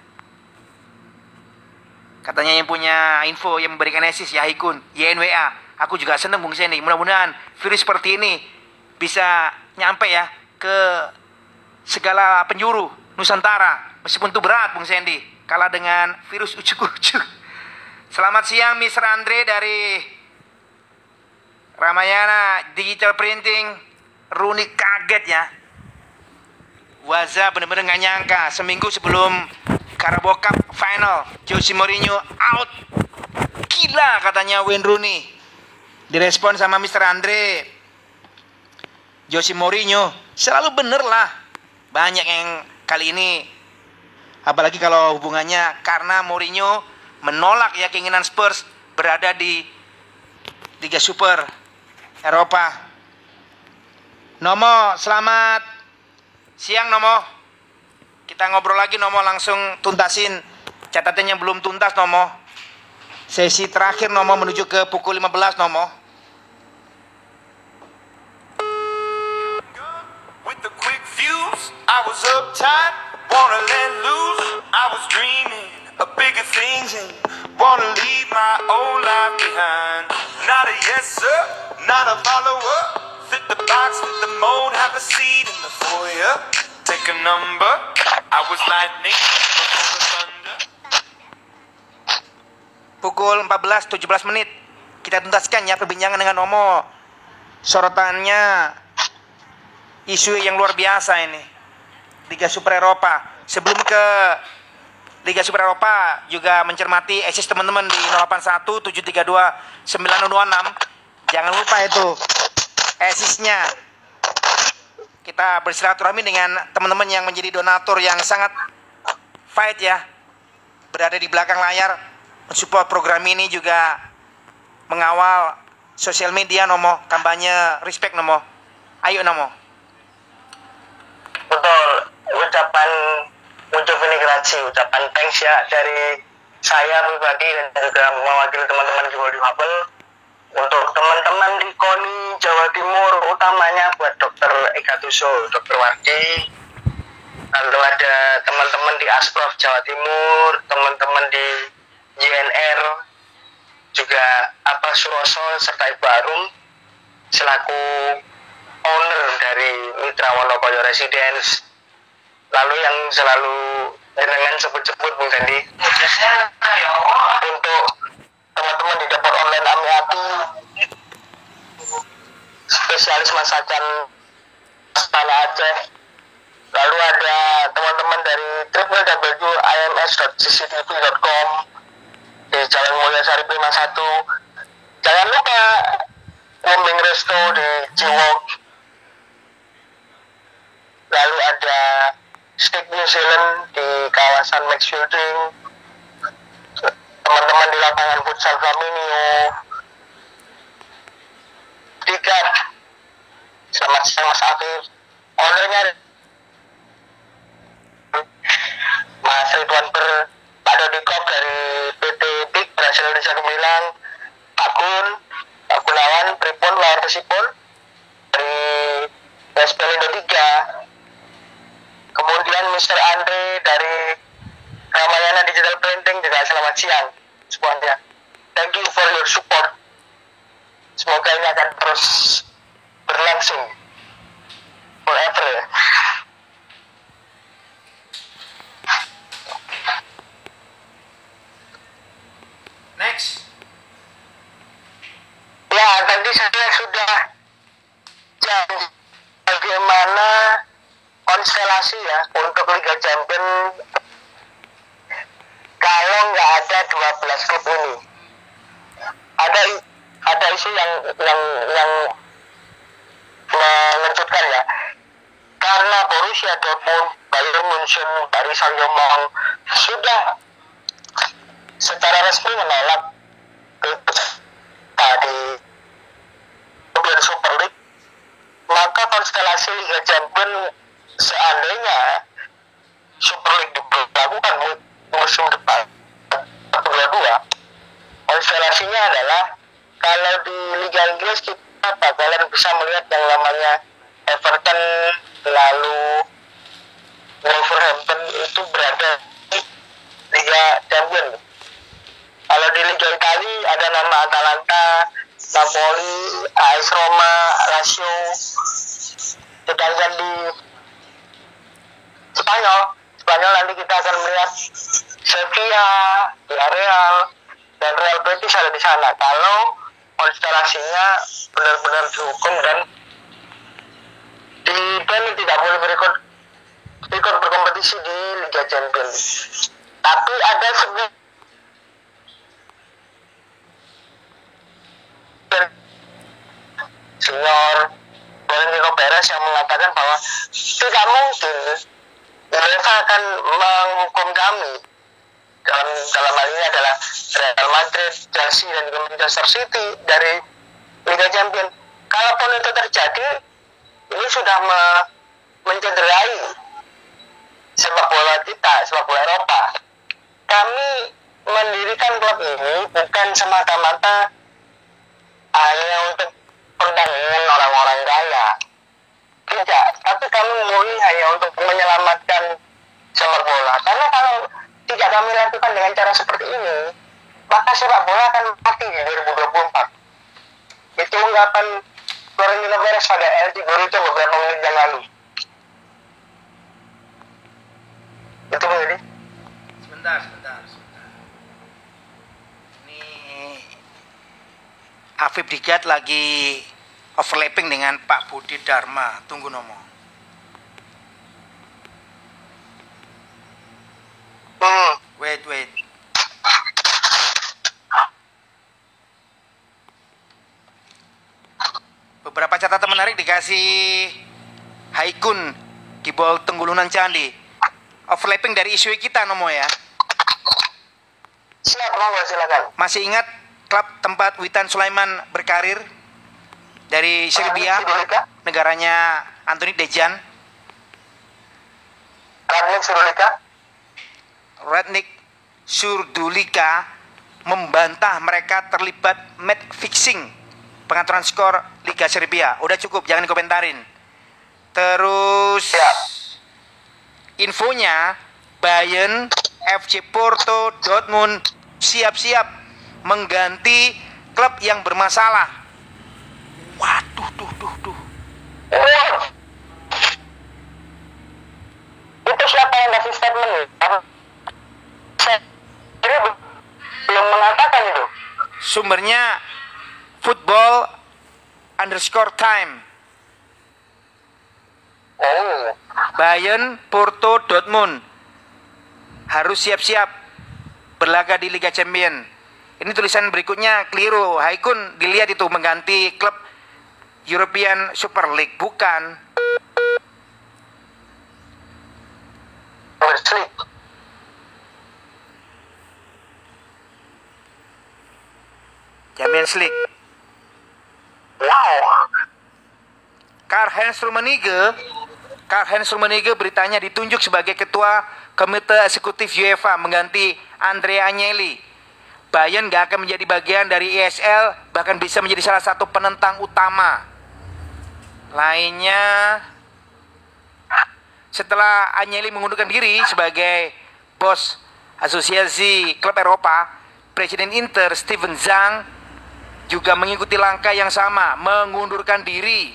Katanya yang punya info, yang memberikan assist ya Ikun, Y N W A. Aku juga seneng Bung Sandy. Mudah-mudahan virus seperti ini bisa nyampe ya ke segala penjuru Nusantara. Meskipun itu berat Bung Sandy, kalah dengan virus ujuk-ujuk. Selamat siang mister Andre dari Ramayana Digital Printing. Runi kaget ya. Waza bener-bener gak nyangka seminggu sebelum Carabao Cup final Jose Mourinho out. Gila katanya Wayne Rooney. Direspon sama mister Andre, Jose Mourinho selalu bener lah. Banyak yang kali ini, apalagi kalau hubungannya karena Mourinho menolak ya keinginan Spurs berada di Liga Super Eropa. Nomo, selamat siang Nomo. Kita ngobrol lagi Nomo, langsung tuntasin catatan yang belum tuntas Nomo. Sesi terakhir Nomo menuju ke pukul lima belas Nomo. With the quick fuse, I was uptight, wanna let loose. I was dreaming of bigger things and wanna leave my old life behind. Not a yes sir, not a follower. Fit the box, fit the mold, have a seat in the foyer. Take a number, I was lightning before the thunder. Pukul empat belas tujuh belas menit kita tuntaskan ya perbincangan dengan Nomo. Sorotannya isu yang luar biasa ini, Liga Super Eropa. Sebelum ke Liga Super Eropa juga mencermati eksis teman-teman di nol delapan satu tujuh tiga dua sembilan nol dua enam. Jangan lupa itu eksisnya. Kita bersilaturahmi dengan teman-teman yang menjadi donatur yang sangat fight ya, berada di belakang layar mensupport program ini, juga mengawal sosial media Nomo, kampanye respect Nomo. Ayo Nomo. Betul, ucapan Muncul Vinigraci, ucapan thanks ya dari saya pribadi dan juga mewakili teman-teman di World Hubble untuk teman-teman di KONI Jawa Timur, utamanya buat Dokter Eka Tuso, Dokter Wardi, lalu ada teman-teman di Asprof Jawa Timur, teman-teman di Y N R, juga apa Suroso serta Ibu Arum selaku owner dari Mitra Wonokoyo Residence, lalu yang selalu dengan sebut-sebut Bung Dandi, untuk teman-teman di dapur online Amiati, spesialis masakan Tanah Aceh, lalu ada teman-teman dari w w w titik i m s titik c c t v titik com di Jalan Mulyasari lima puluh satu. Jangan lupa Wombing Resto di Ciwok, lalu ada Steak New Zealand di kawasan Max Building, teman-teman di lapangan futsal Flaminio, Dikat, selamat siang Mas Afif, ownernya Mas Ridwan Ber, Pak Dodikop dari P T Big Berhasil Indonesia Gemilang, Pak Gun, Pak Gunawan, Pripun, Lawar Pesipun dari S P Lindo tiga, kemudian mister Andre dari Ramayana Digital Printing juga selamat siang semuanya. Thank you for your support. Semoga ini akan terus berlangsung forever ya. Next. Ya, tadi saya sudah janji bagaimana konstelasi ya untuk Liga Champions kalau nggak ada dua belas klub ini. Ada ada isu yang yang yang mengejutkan ya, karena Borussia Dortmund, Bayern Munchen, Paris Saint-Germain sudah secara resmi menolak tadi kemudian Super League, maka konstelasi Liga Champions seandainya Super League diberlakukan musim depan dua ribu dua puluh dua, konstelasinya adalah kalau di Liga Inggris kita bakalan bisa melihat yang namanya Everton lalu Wolverhampton itu berada di Liga Champions. Kalau di Liga Italia ada nama Atalanta, Napoli, A S Roma, Lazio. Sedangkan di Spanyol, Spanyol nanti kita akan melihat Sevilla, Villarreal, dan Real Betis ada di sana. Kalau konstelasinya benar-benar dihukum dan di dan tidak boleh berikut ikut berkompetisi di Liga Champions. Tapi ada sebuah senior Florentino Perez yang mengatakan bahwa tidak mungkin UEFA akan menghukum kami. Dalam dalam hal ini adalah Real Madrid, Chelsea dan juga Manchester City dari Liga Champions. Kalaupun itu terjadi, ini sudah me mencederai sepak bola kita, sepak bola Eropa. Kami mendirikan klub ini bukan semata-mata hanya untuk perdagangan orang-orang kaya. Tidak, tapi kami murni hanya untuk menyelamatkan sepak bola. Karena kalau tidak kami lakukan dengan cara seperti ini, maka sepak bola akan mati di dua ribu dua puluh empat. Itu ungkapan Florentino Perez pada El Chicharito beberapa menit yang lalu. Itu begini. Sebentar, sebentar, sebentar. Ini Afif Digat lagi overlapping dengan Pak Budi Dharma. Tunggu nomo. Hmm. Wait, wait. Beberapa catatan menarik dikasih Haikun di bawah Tenggulunan Candi. Overlapping dari isu kita nomo ya. Siap, monggo silakan. Masih ingat klub tempat Witan Sulaiman berkarir dari Serbia, negaranya Anthony Dejan. Radnik Surulika. Radnik Surdulika membantah mereka terlibat match fixing, pengaturan skor Liga Serbia. Udah cukup, jangan dikomentarin. Terus Siap. Infonya Bayern, F C Porto, Dortmund siap-siap mengganti klub yang bermasalah. Waduh, duh, duh, duh. Wah. Itu siapa yang ngasih statement nih? Saya ini belum mengatakan itu. Sumbernya football underscore time. Oh. Bayern, Porto, Dortmund harus siap-siap berlaga di Liga Champions. Ini tulisan berikutnya keliru. Haikun dilihat itu mengganti klub European Super League, bukan. Bersih. Champions League. Wow. Karl-Heinz Rummenigge, Karl-Heinz Rummenigge beritanya ditunjuk sebagai ketua komite eksekutif UEFA mengganti Andrea Agnelli. Bayern gak akan menjadi bagian dari E S L, bahkan bisa menjadi salah satu penentang utama. Lainnya, setelah Agnelli mengundurkan diri sebagai bos Asosiasi Klub Eropa, Presiden Inter Steven Zhang juga mengikuti langkah yang sama, mengundurkan diri.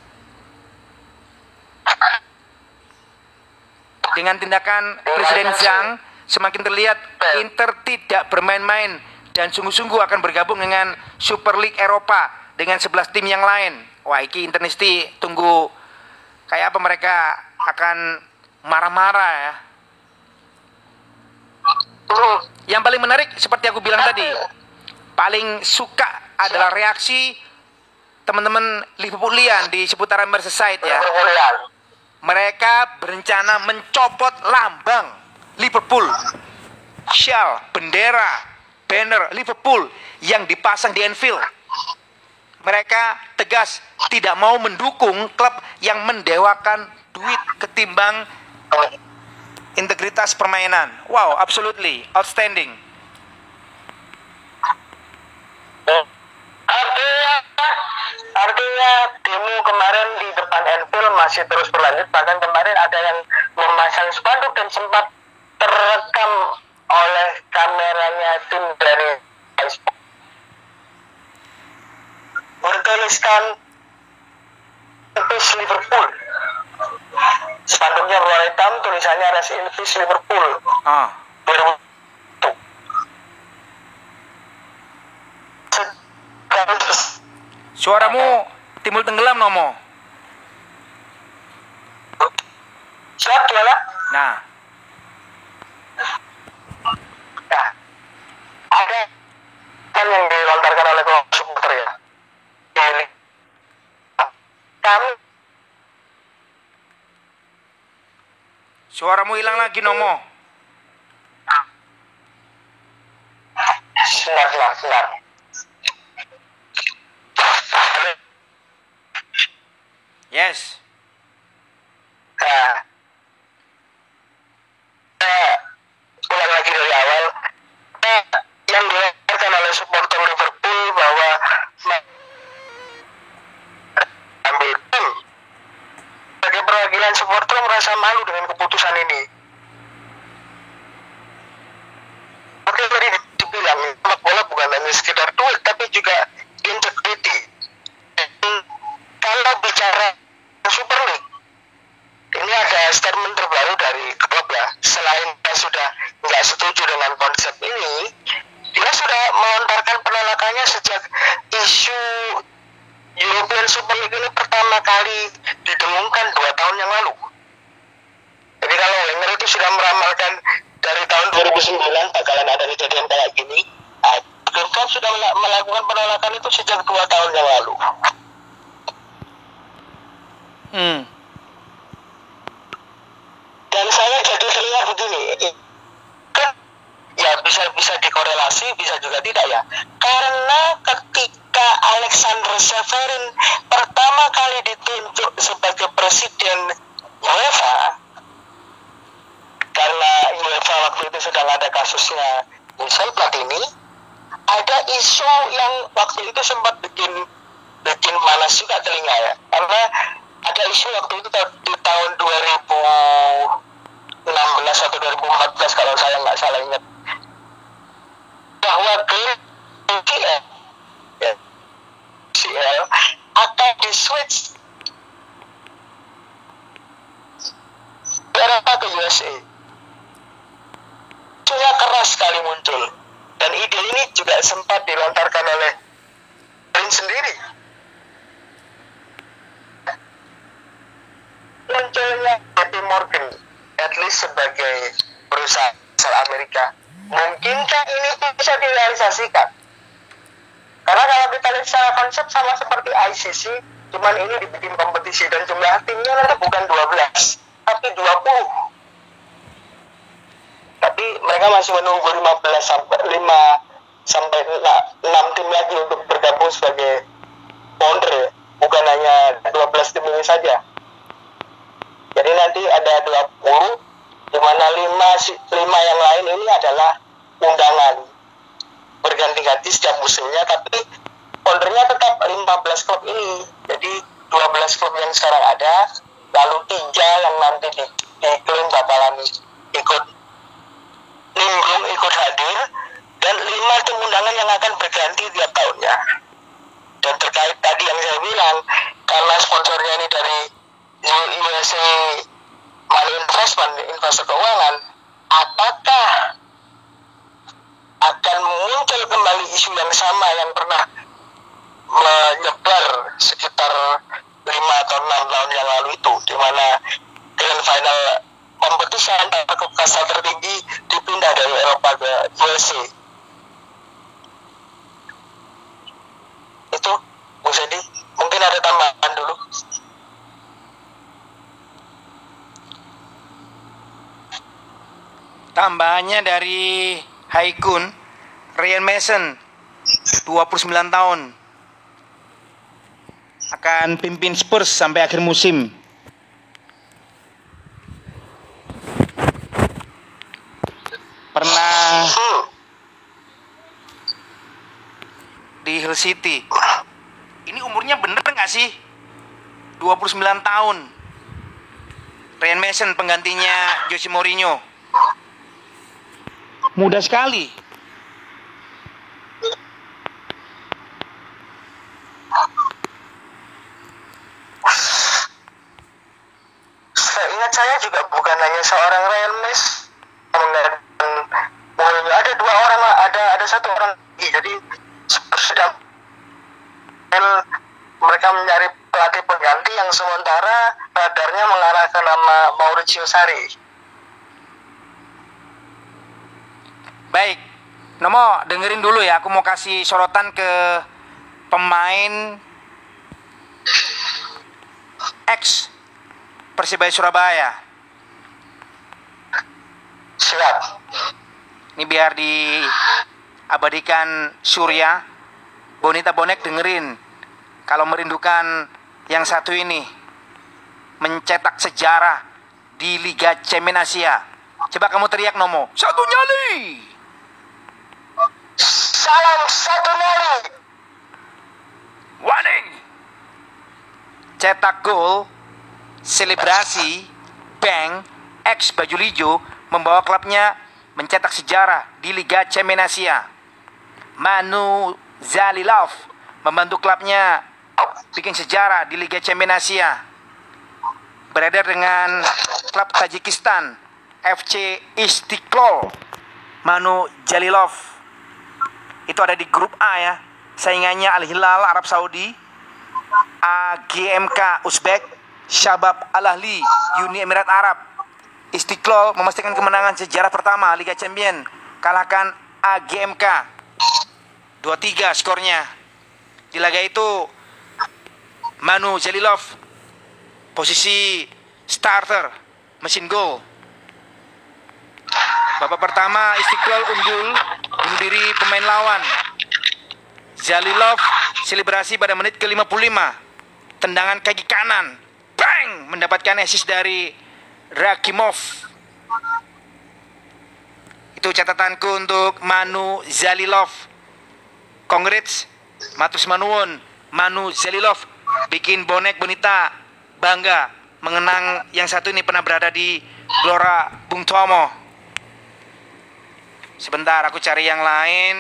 Dengan tindakan Presiden Zhang, semakin terlihat Inter tidak bermain-main dan sungguh-sungguh akan bergabung dengan Super League Eropa dengan sebelas tim yang lain. Wah, iki Internisti tunggu kayak apa mereka akan marah-marah ya. Yang paling menarik seperti aku bilang tadi, paling suka adalah reaksi teman-teman Liverpoolian di seputaran Merseyside ya. Mereka berencana mencopot lambang Liverpool, shawl, bendera, banner Liverpool yang dipasang di Anfield. Mereka tegas tidak mau mendukung klub yang mendewakan duit ketimbang integritas permainan. Wow, absolutely outstanding. Artinya, artinya demo kemarin di depan Anfield masih terus berlanjut. Bahkan kemarin ada yang memasang spanduk dan sempat terekam oleh kameranya tim dari Facebook. Bertuliskan Peace Liverpool. Spanduknya berwarna hitam, tulisannya Rest in Peace Liverpool. Ah. Suaramu timbul tenggelam nomo. Siap gimana? Nah, Nah, ada kan yang dilontarkan oleh kelompok supporter ya. Ini kami Suaramu hilang lagi, Nomo. Sebentar, sebentar, sebentar. Yes. Nah, saya ulang lagi dari awal. Nah, yang dilontarkan oleh supporter Liverpool bahwa ambil tim sebagai perwakilan supporter merasa malu dengan keputusan ini. Oke, tadi dibilang sepak bola bukan hanya sekedar duit, tapi juga integrity. Dan kalau bicara Super League, ini ada statement terbaru dari klub ya. Selain dia sudah nggak setuju dengan konsep ini, dia sudah melontarkan penolakannya sejak isu European Super League ini pertama kali didengungkan dua tahun yang lalu. Jadi kalau Wenger itu sudah meramalkan dari tahun dua ribu sembilan bakalan ada kejadian kayak gini, Klub sudah melakukan penolakan itu sejak dua tahun yang lalu. Hmm. Dan saya jadi terlihat begini, kan ya bisa bisa dikorelasi, bisa juga tidak ya. Karena ketika Alexander Severin pertama kali ditunjuk sebagai presiden UEFA, karena UEFA waktu itu sedang ada kasusnya Michel Platini, ada isu yang waktu itu sempat bikin bikin panas juga telinga ya, karena ada isu waktu itu di tahun dua ribu enam belas atau dua ribu empat belas kalau saya nggak salah ingat, bahwa klub C L akan di switch Eropa ke U S A. Isunya keras sekali muncul, dan ide ini juga sempat dilontarkan oleh Prince sendiri. Munculnya J P Morgan, at least sebagai perusahaan asal Amerika, mungkinkah ini bisa direalisasikan? Karena kalau kita lihat secara konsep sama seperti I C C, cuman ini dibikin kompetisi dan jumlah timnya nanti bukan dua belas, tapi dua puluh. Tapi mereka masih menunggu lima belas sampai lima sampai enam tim lagi untuk bergabung sebagai founder, bukan hanya dua belas tim ini saja. Jadi nanti ada dua puluh, di mana lima yang lain ini adalah undangan berganti-ganti setiap musimnya, tapi foundernya tetap lima belas klub ini. Jadi dua belas klub yang sekarang ada, lalu tiga yang nanti di, diklaim bakalan ikut nimbrung, ikut hadir, dan lima tim undangan yang akan berganti tiap tahunnya. Dan terkait tadi yang saya bilang, karena sponsornya ini dari U S A Money Investment, investor keuangan, apakah akan muncul kembali isu yang sama yang pernah menyebar sekitar lima atau enam tahun yang lalu itu, di mana grand final kompetisi antara klub kasta tertinggi dipindah dari Eropa ke U S A. Itu, Bu Sedi, mungkin ada tambahan dulu. Tambahannya dari Haikun, Ryan Mason, dua puluh sembilan tahun, akan pimpin Spurs sampai akhir musim. Pernah di Hull City. Ini umurnya bener nggak sih? dua puluh sembilan tahun. Ryan Mason penggantinya Jose Mourinho. Mudah sekali. Seingat saya juga bukan hanya seorang Ryan Mason, ada dua orang, ada ada satu orang lagi. Jadi sedang mereka mencari pelatih pengganti yang sementara radarnya mengarah ke nama Maurizio Sarri. Baik, Nomo, dengerin dulu ya. Aku mau kasih sorotan ke pemain ex Persibaya Surabaya. Siap. Ini biar diabadikan Surya, Bonita Bonek dengerin. Kalau merindukan yang satu ini, mencetak sejarah di Liga Champions Asia. Coba kamu teriak Nomo. Satu nyali. Salam satu nyali. Warning. Cetak gol, selebrasi, bang, ex baju lijo membawa klubnya mencetak sejarah di Liga Champions Asia. Manu Zalilov membantu klubnya bikin sejarah di Liga Champions Asia. Beredar dengan klub Tajikistan, F C Istiqlal. Manu Zalilov itu ada di grup A ya. Saingannya Al Hilal Arab Saudi, A G M K Uzbek, Shabab Al Ahli Uni Emirat Arab. Istiqlal memastikan kemenangan sejarah pertama Liga Champions, kalahkan A G M K dua tiga skornya. Di laga itu Manu Zalilov posisi starter, mesin gol. Babak pertama Istiqlal unggul bunuh diri pemain lawan. Zalilov selebrasi pada menit ke lima puluh lima. Tendangan kaki kanan, bang, mendapatkan assist dari Rakimov. Itu catatanku untuk Manu Zalilov. Congrats, matus manuwun. Manu Zalilov bikin Bonek Bonita bangga mengenang yang satu ini pernah berada di Gelora Bung Tomo. Sebentar aku cari yang lain.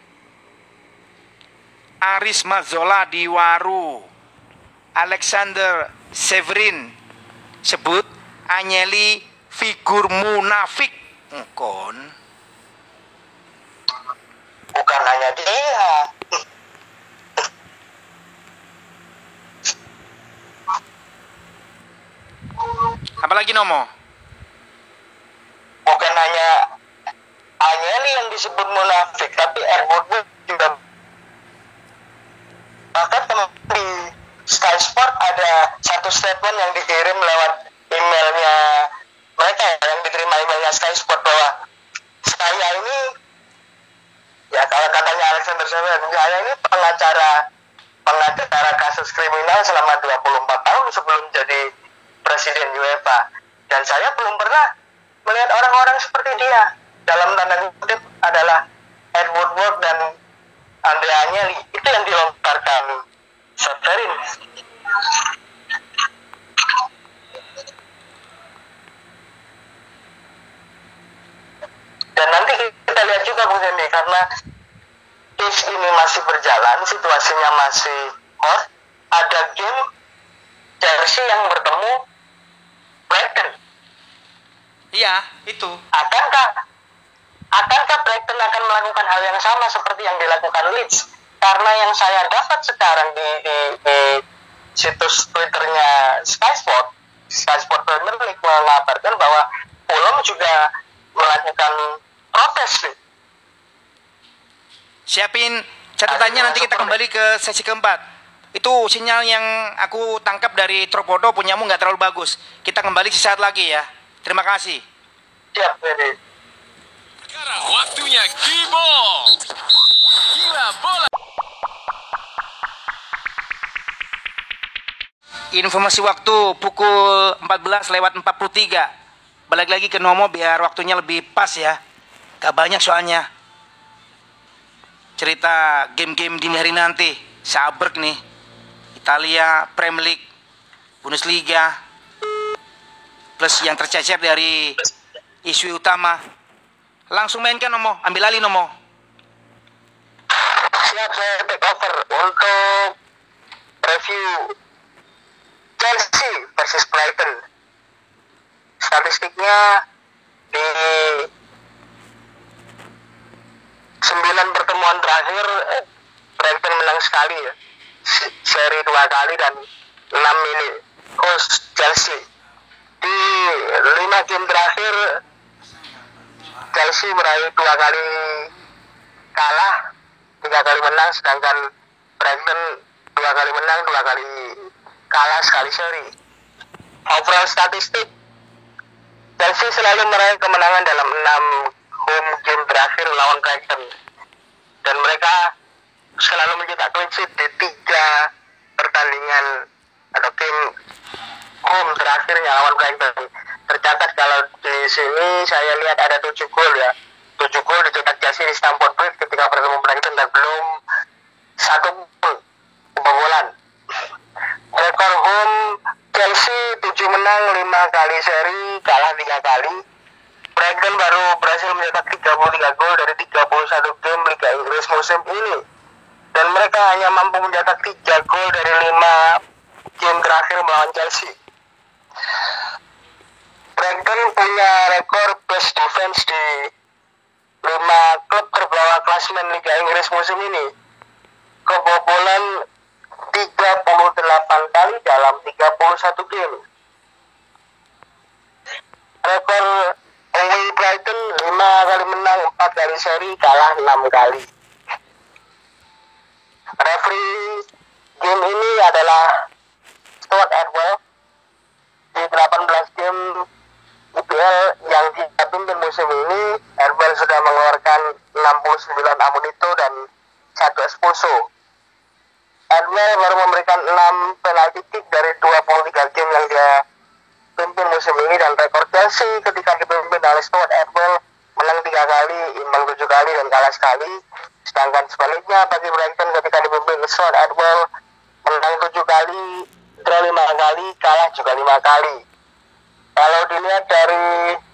Aris Mazzola di Waru. Alexander Severin sebut Agnelli figur munafik. Kon. Bukan hanya dia. Apalagi Nomo? Bukan hanya Agnelli yang disebut munafik, tapi Edward juga. Bahkan di Sky Sport ada satu statement yang dikirim lewat emailnya mereka, yang diterima emailnya Sky Sport, bahwa saya ini, ya kalau katanya Alexander Severin, saya ini pengacara pengacara kasus kriminal selama dua puluh empat tahun sebelum jadi presiden UEFA, dan saya belum pernah melihat orang-orang seperti dia. Dalam tanda kutip adalah Ed Woodward dan Andre Agnelli. Itu yang dilontarkan Severin. Dan nanti kita lihat juga Bung Hendy, karena case ini masih berjalan, situasinya masih hot, ada game Chelsea yang bertemu Brighton. Iya, itu. Akankah akankah Brighton akan melakukan hal yang sama seperti yang dilakukan Leeds? Karena yang saya dapat sekarang di, di, di situs Twitternya Sky Sport, Sky Sport Premier League mengabarkan bahwa Fulham juga melakukan protes. Siapin catatannya, nanti kita kembali ke sesi keempat. Itu sinyal yang aku tangkap dari Tropodo, punyamu nggak terlalu bagus. Kita kembali sesaat lagi ya. Terima kasih. Siap, ini. Sekarang waktunya Gibol. Gila bola. Informasi waktu pukul empat belas lewat empat puluh tiga. Balik lagi ke Nomo biar waktunya lebih pas ya. Gak banyak soalnya cerita game-game dini hari nanti. Sabrek nih, Italia, Premier League, Bundesliga, plus yang tercecer dari isu utama. Langsung mainkan Nomo, ambil alih Nomo. Siap, saya take over untuk review Chelsea versus Brighton. Statistiknya di sembilan pertemuan terakhir, eh, Brighton menang sekali ya, seri dua kali, dan enam ini host Chelsea. Di lima game terakhir Chelsea meraih dua kali kalah, tiga kali menang, sedangkan Brighton dua kali menang, dua kali kalah, sekali seri. Overall statistik Chelsea selalu meraih kemenangan dalam enam home game terakhir lawan Brighton, dan mereka selalu mencetak clean sheet di tiga pertandingan atau game home terakhirnya lawan Brighton. Tercatat kalau di sini saya lihat ada tujuh gol ya, tujuh gol dicetak Chelsea di Stamford Bridge ketika bertemu Brighton, dan belum satu gol kebobolan. Rekor home Chelsea tujuh menang lima kali seri, kalah tiga kali. Brighton baru berhasil mencetak tiga puluh tiga gol dari tiga puluh satu game Liga Inggris musim ini, dan mereka hanya mampu mencetak tiga gol dari lima game terakhir melawan Chelsea. Brighton punya rekor best defense di lima klub terbawah klasemen Liga Inggris musim ini. Kebobolan tiga puluh delapan kali dalam tiga puluh satu game. Rekor away Brighton lima kali menang, empat kali seri, kalah enam kali. Referee game ini adalah Stuart Atwell. Di delapan belas game I P L yang dia pimpin musim ini, Atwell sudah mengeluarkan enam puluh sembilan amunito dan satu expulso. Atwell baru memberikan enam penalti kick dari dua puluh tiga game yang dia pimpin musim ini, dan rekor Chelsea ketika dipimpin oleh Stuart Atwell menang tiga kali, imbang tujuh kali, dan kalah sekali. Sedangkan sebaliknya bagi Brighton ketika dipimpin Stuart Atwell menang tujuh kali, draw lima kali, kalah juga lima kali. Kalau dilihat dari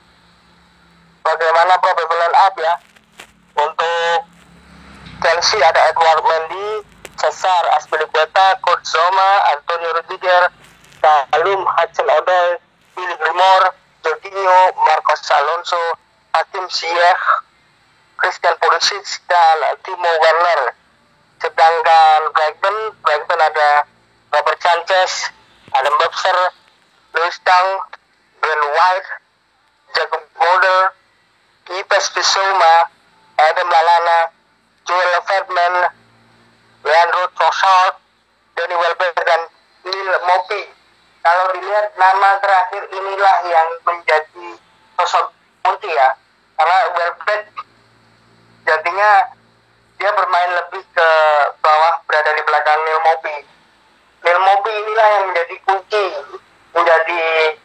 bagaimana probable line up ya, untuk Chelsea ada Edouard Mendy, Cesar Azpilicueta, Kurt Zouma, Antonio Rudiger, Callum Hudson-Odoi, Billy Gilmour, Jorginho, Marcos Alonso, Hakim Ziyech, Christian Pulisic, dan Timo Werner. Sedangkan Brighton, Brighton ada Robert Sanchez, Adam Webster, Lewis Dunk, Ben White, Jacob Mulder, Yves Bissouma, Adam Lallana, Joel Veldman, Leandro Trossard, Danny Welbeck, dan Neil Mopey. Kalau dilihat nama terakhir inilah yang menjadi sosok kunci ya, karena Welbeck jadinya dia bermain lebih ke bawah, berada di belakang Neil Mopey. Neil Mopey inilah yang menjadi kunci, menjadi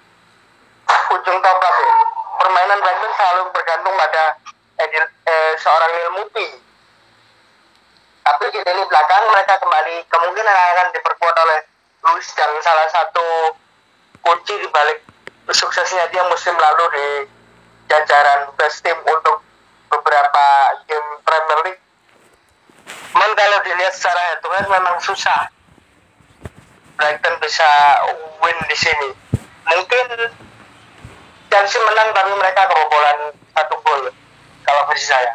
ujung tombak ya. Permainan Brighton selalu bergantung pada Edil, eh, seorang Neil Mopey. Tapi di lini belakang mereka kembali kemungkinan akan diperkuat oleh Luis, yang salah satu kunci di balik suksesnya dia musim lalu di jajaran best team untuk beberapa game Premier League. Cuman kalau dilihat secara head to head memang susah Brighton bisa win di sini. Mungkin Chelsea menang tapi mereka kebobolan satu gol kalau versi saya.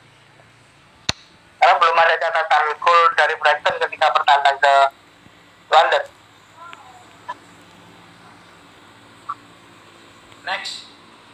Karena belum ada catatan gol dari Brighton ketika bertandang ke London. Next.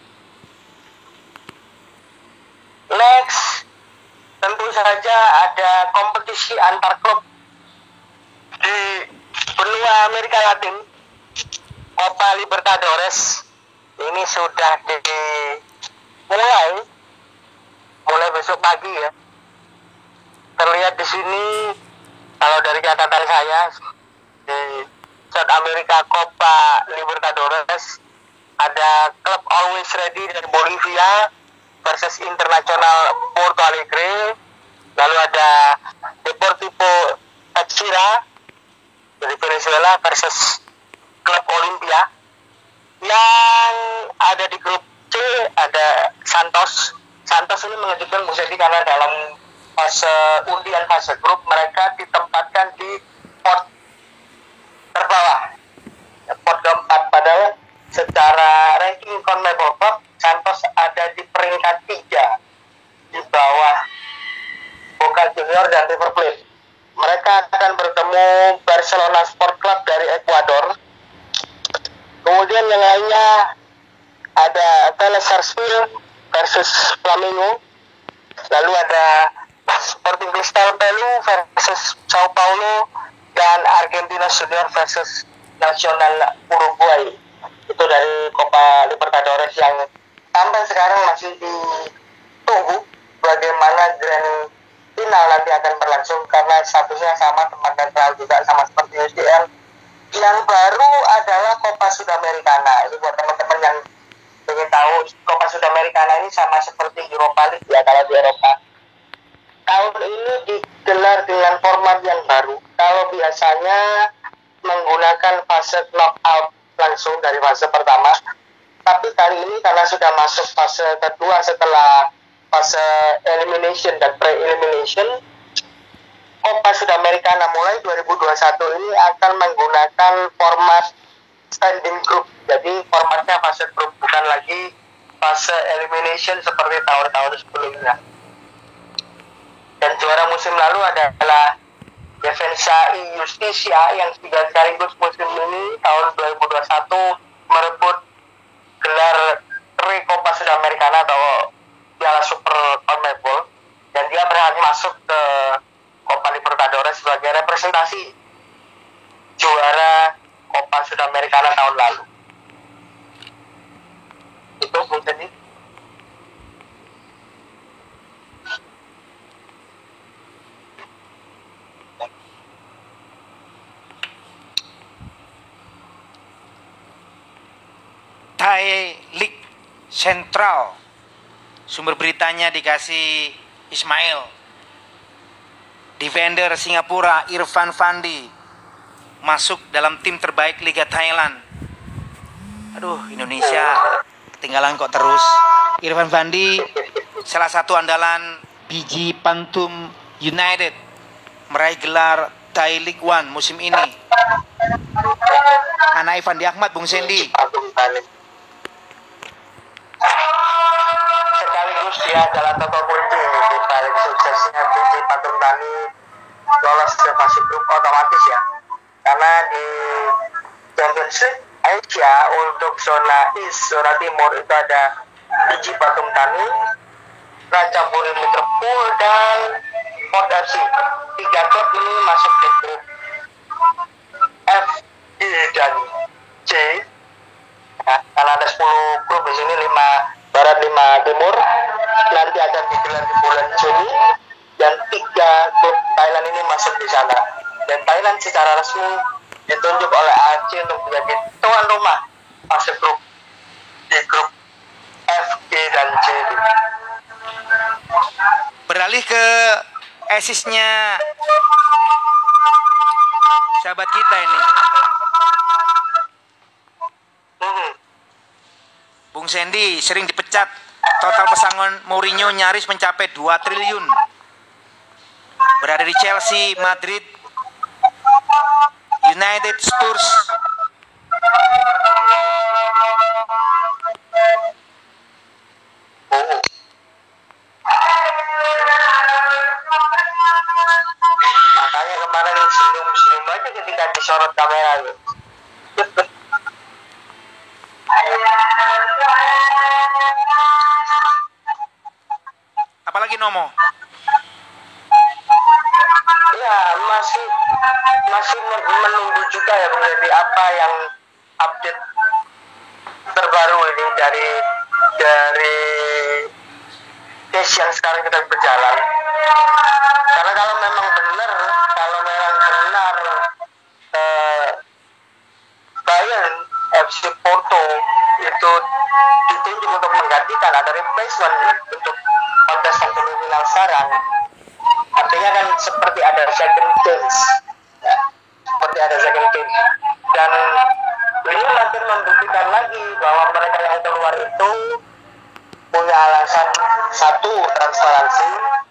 Next, tentu saja ada kompetisi antar klub di benua Amerika Latin. Copa Libertadores ini sudah dimulai mulai besok pagi ya. Terlihat di sini kalau dari catatan saya di South America Copa Libertadores ada klub Always Ready dari Bolivia versus Internacional Porto Alegre, lalu ada Deportivo Táchira dari Venezuela versus klub Olimpia. Yang ada di grup C ada Santos. Santos ini mengejutkan Bu Sedi karena dalam fase undian fase grup mereka ditempatkan di pot terbawah, pot keempat, padahal secara ranking CONMEBOL Cup Santos ada di peringkat tiga di bawah Boca Junior dan River Plate. Mereka akan bertemu Barcelona Sport Club dari Ekuador. Kemudian yang lainnya ada Vélez Sarsfield versus Flamengo. Lalu ada Sporting Cristal Pelu versus Sao Paulo, dan Argentina Junior versus Nacional Uruguay. itu dari Copa Libertadores yang sampai sekarang masih ditunggu bagaimana grand final nanti akan berlangsung karena statusnya sama tempat netral juga sama seperti U C L. Yang baru adalah Copa Sudamericana. Ini buat teman-teman yang ingin tahu, Copa Sudamericana ini sama seperti Europa League ya kalau di Eropa. Tahun ini digelar dengan format yang baru. Kalau biasanya menggunakan fase knockout langsung dari fase pertama, tapi kali ini karena sudah masuk fase kedua setelah fase elimination dan pre-elimination, Copa Sudamericana mulai dua ribu dua puluh satu ini akan menggunakan format standing group. Jadi formatnya fase grup, bukan lagi fase elimination seperti tahun-tahun sebelumnya. Dan juara musim lalu adalah Defensa y Justicia yang juga sekaligus musim ini tahun dua ribu dua puluh satu merebut gelar Re Copa Sudamericana atau Piala Super CONMEBOL, dan dia berhasil masuk ke Copa Libertadores sebagai representasi juara Copa Sudamericana tahun lalu. Itu Bung Teddy. Thai League Central, sumber beritanya dikasih Ismail. Defender Singapura Irfan Fandi masuk dalam tim terbaik Liga Thailand. Aduh, Indonesia ketinggalan kok terus. Irfan Fandi salah satu andalan B G Pantum United meraih gelar Thai League One musim ini. Anak Irfandi Ahmad, Bung Sendi. Sekaligus dia adalah tokoh kunci di balik suksesnya B G Patum Thani lolos ke fase grup otomatis ya. Karena di Champions League Asia untuk zona East, zona Timur itu ada B G Patum Thani, Ratchaburi Liverpool dan Port F C. Tiga klub ini masuk ke grup F, E dan C. Nah, karena ada sepuluh klub di sini, lima barat, lima timur. Nanti akan digelar di bulan Juni dan tiga klub Thailand ini masuk di sana. Dan Thailand secara resmi ditunjuk oleh A C untuk menjadi tuan rumah fase grup di grup F, G dan C. Beralih ke esisnya sahabat kita ini. Hmm. Bung Sendi sering dipecat. Total pesangon Mourinho nyaris mencapai dua triliun. Berada di Chelsea, Madrid, United, Spurs. Oh. Makanya kemarin senyum-senyum aja ketika disorot kamera lu. Apalagi Nomo? Ya masih masih menunggu juga ya menjadi apa yang update terbaru ini dari dari case yang sekarang kita berjalan. Karena kalau memang benar, kalau memang benar eh, Bayern F C Porto itu ditunjuk untuk menggantikan, ada replacement untuk kontestan semifinal sekarang, artinya kan seperti ada second chance ya, seperti ada second chance dan ini makin membuktikan lagi bahwa mereka yang keluar itu punya alasan. Satu, transparansi.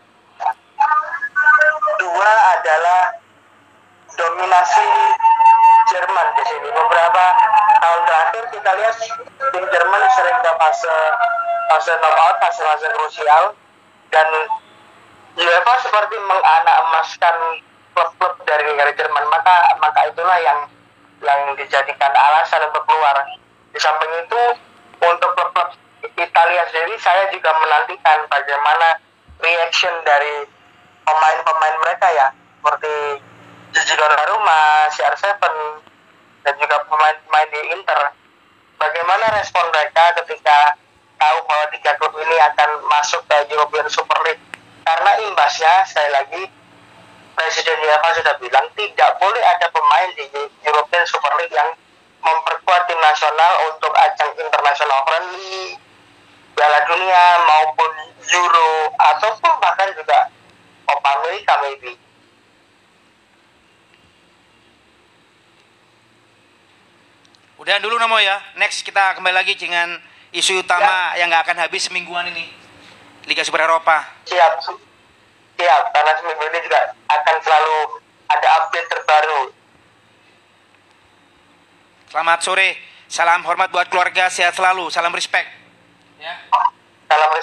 Dua adalah dominasi Jerman di sini. Beberapa tahun terakhir kita lihat tim Jerman sering ke fase fase knockout, fase-fase krusial, dan UEFA seperti menganak emaskan klub-klub dari negara Jerman. Maka maka itulah yang yang dijadikan alasan untuk keluar. Di samping itu, untuk klub-klub Italia sendiri, saya juga menantikan bagaimana reaction dari pemain-pemain mereka ya, seperti Gigi Donnarumma, C R tujuh, dan juga pemain-pemain di Inter. bagaimana respon mereka ketika tahu bahwa tiga klub ini akan masuk ke European Super League? Karena imbasnya, sekali lagi, Presiden UEFA sudah bilang tidak boleh ada pemain di European Super League yang memperkuat tim nasional untuk ajang internasional friendly, Piala Dunia maupun Euro ataupun bahkan juga Copa America maybe. Udah dulu Namo ya. Next kita kembali lagi dengan isu utama ya, yang nggak akan habis semingguan ini, Liga Super Eropa. Siap, siap. Karena seminggu ini juga akan selalu ada update terbaru. Selamat sore, salam hormat buat keluarga, sehat selalu, salam respect. Ya. Salam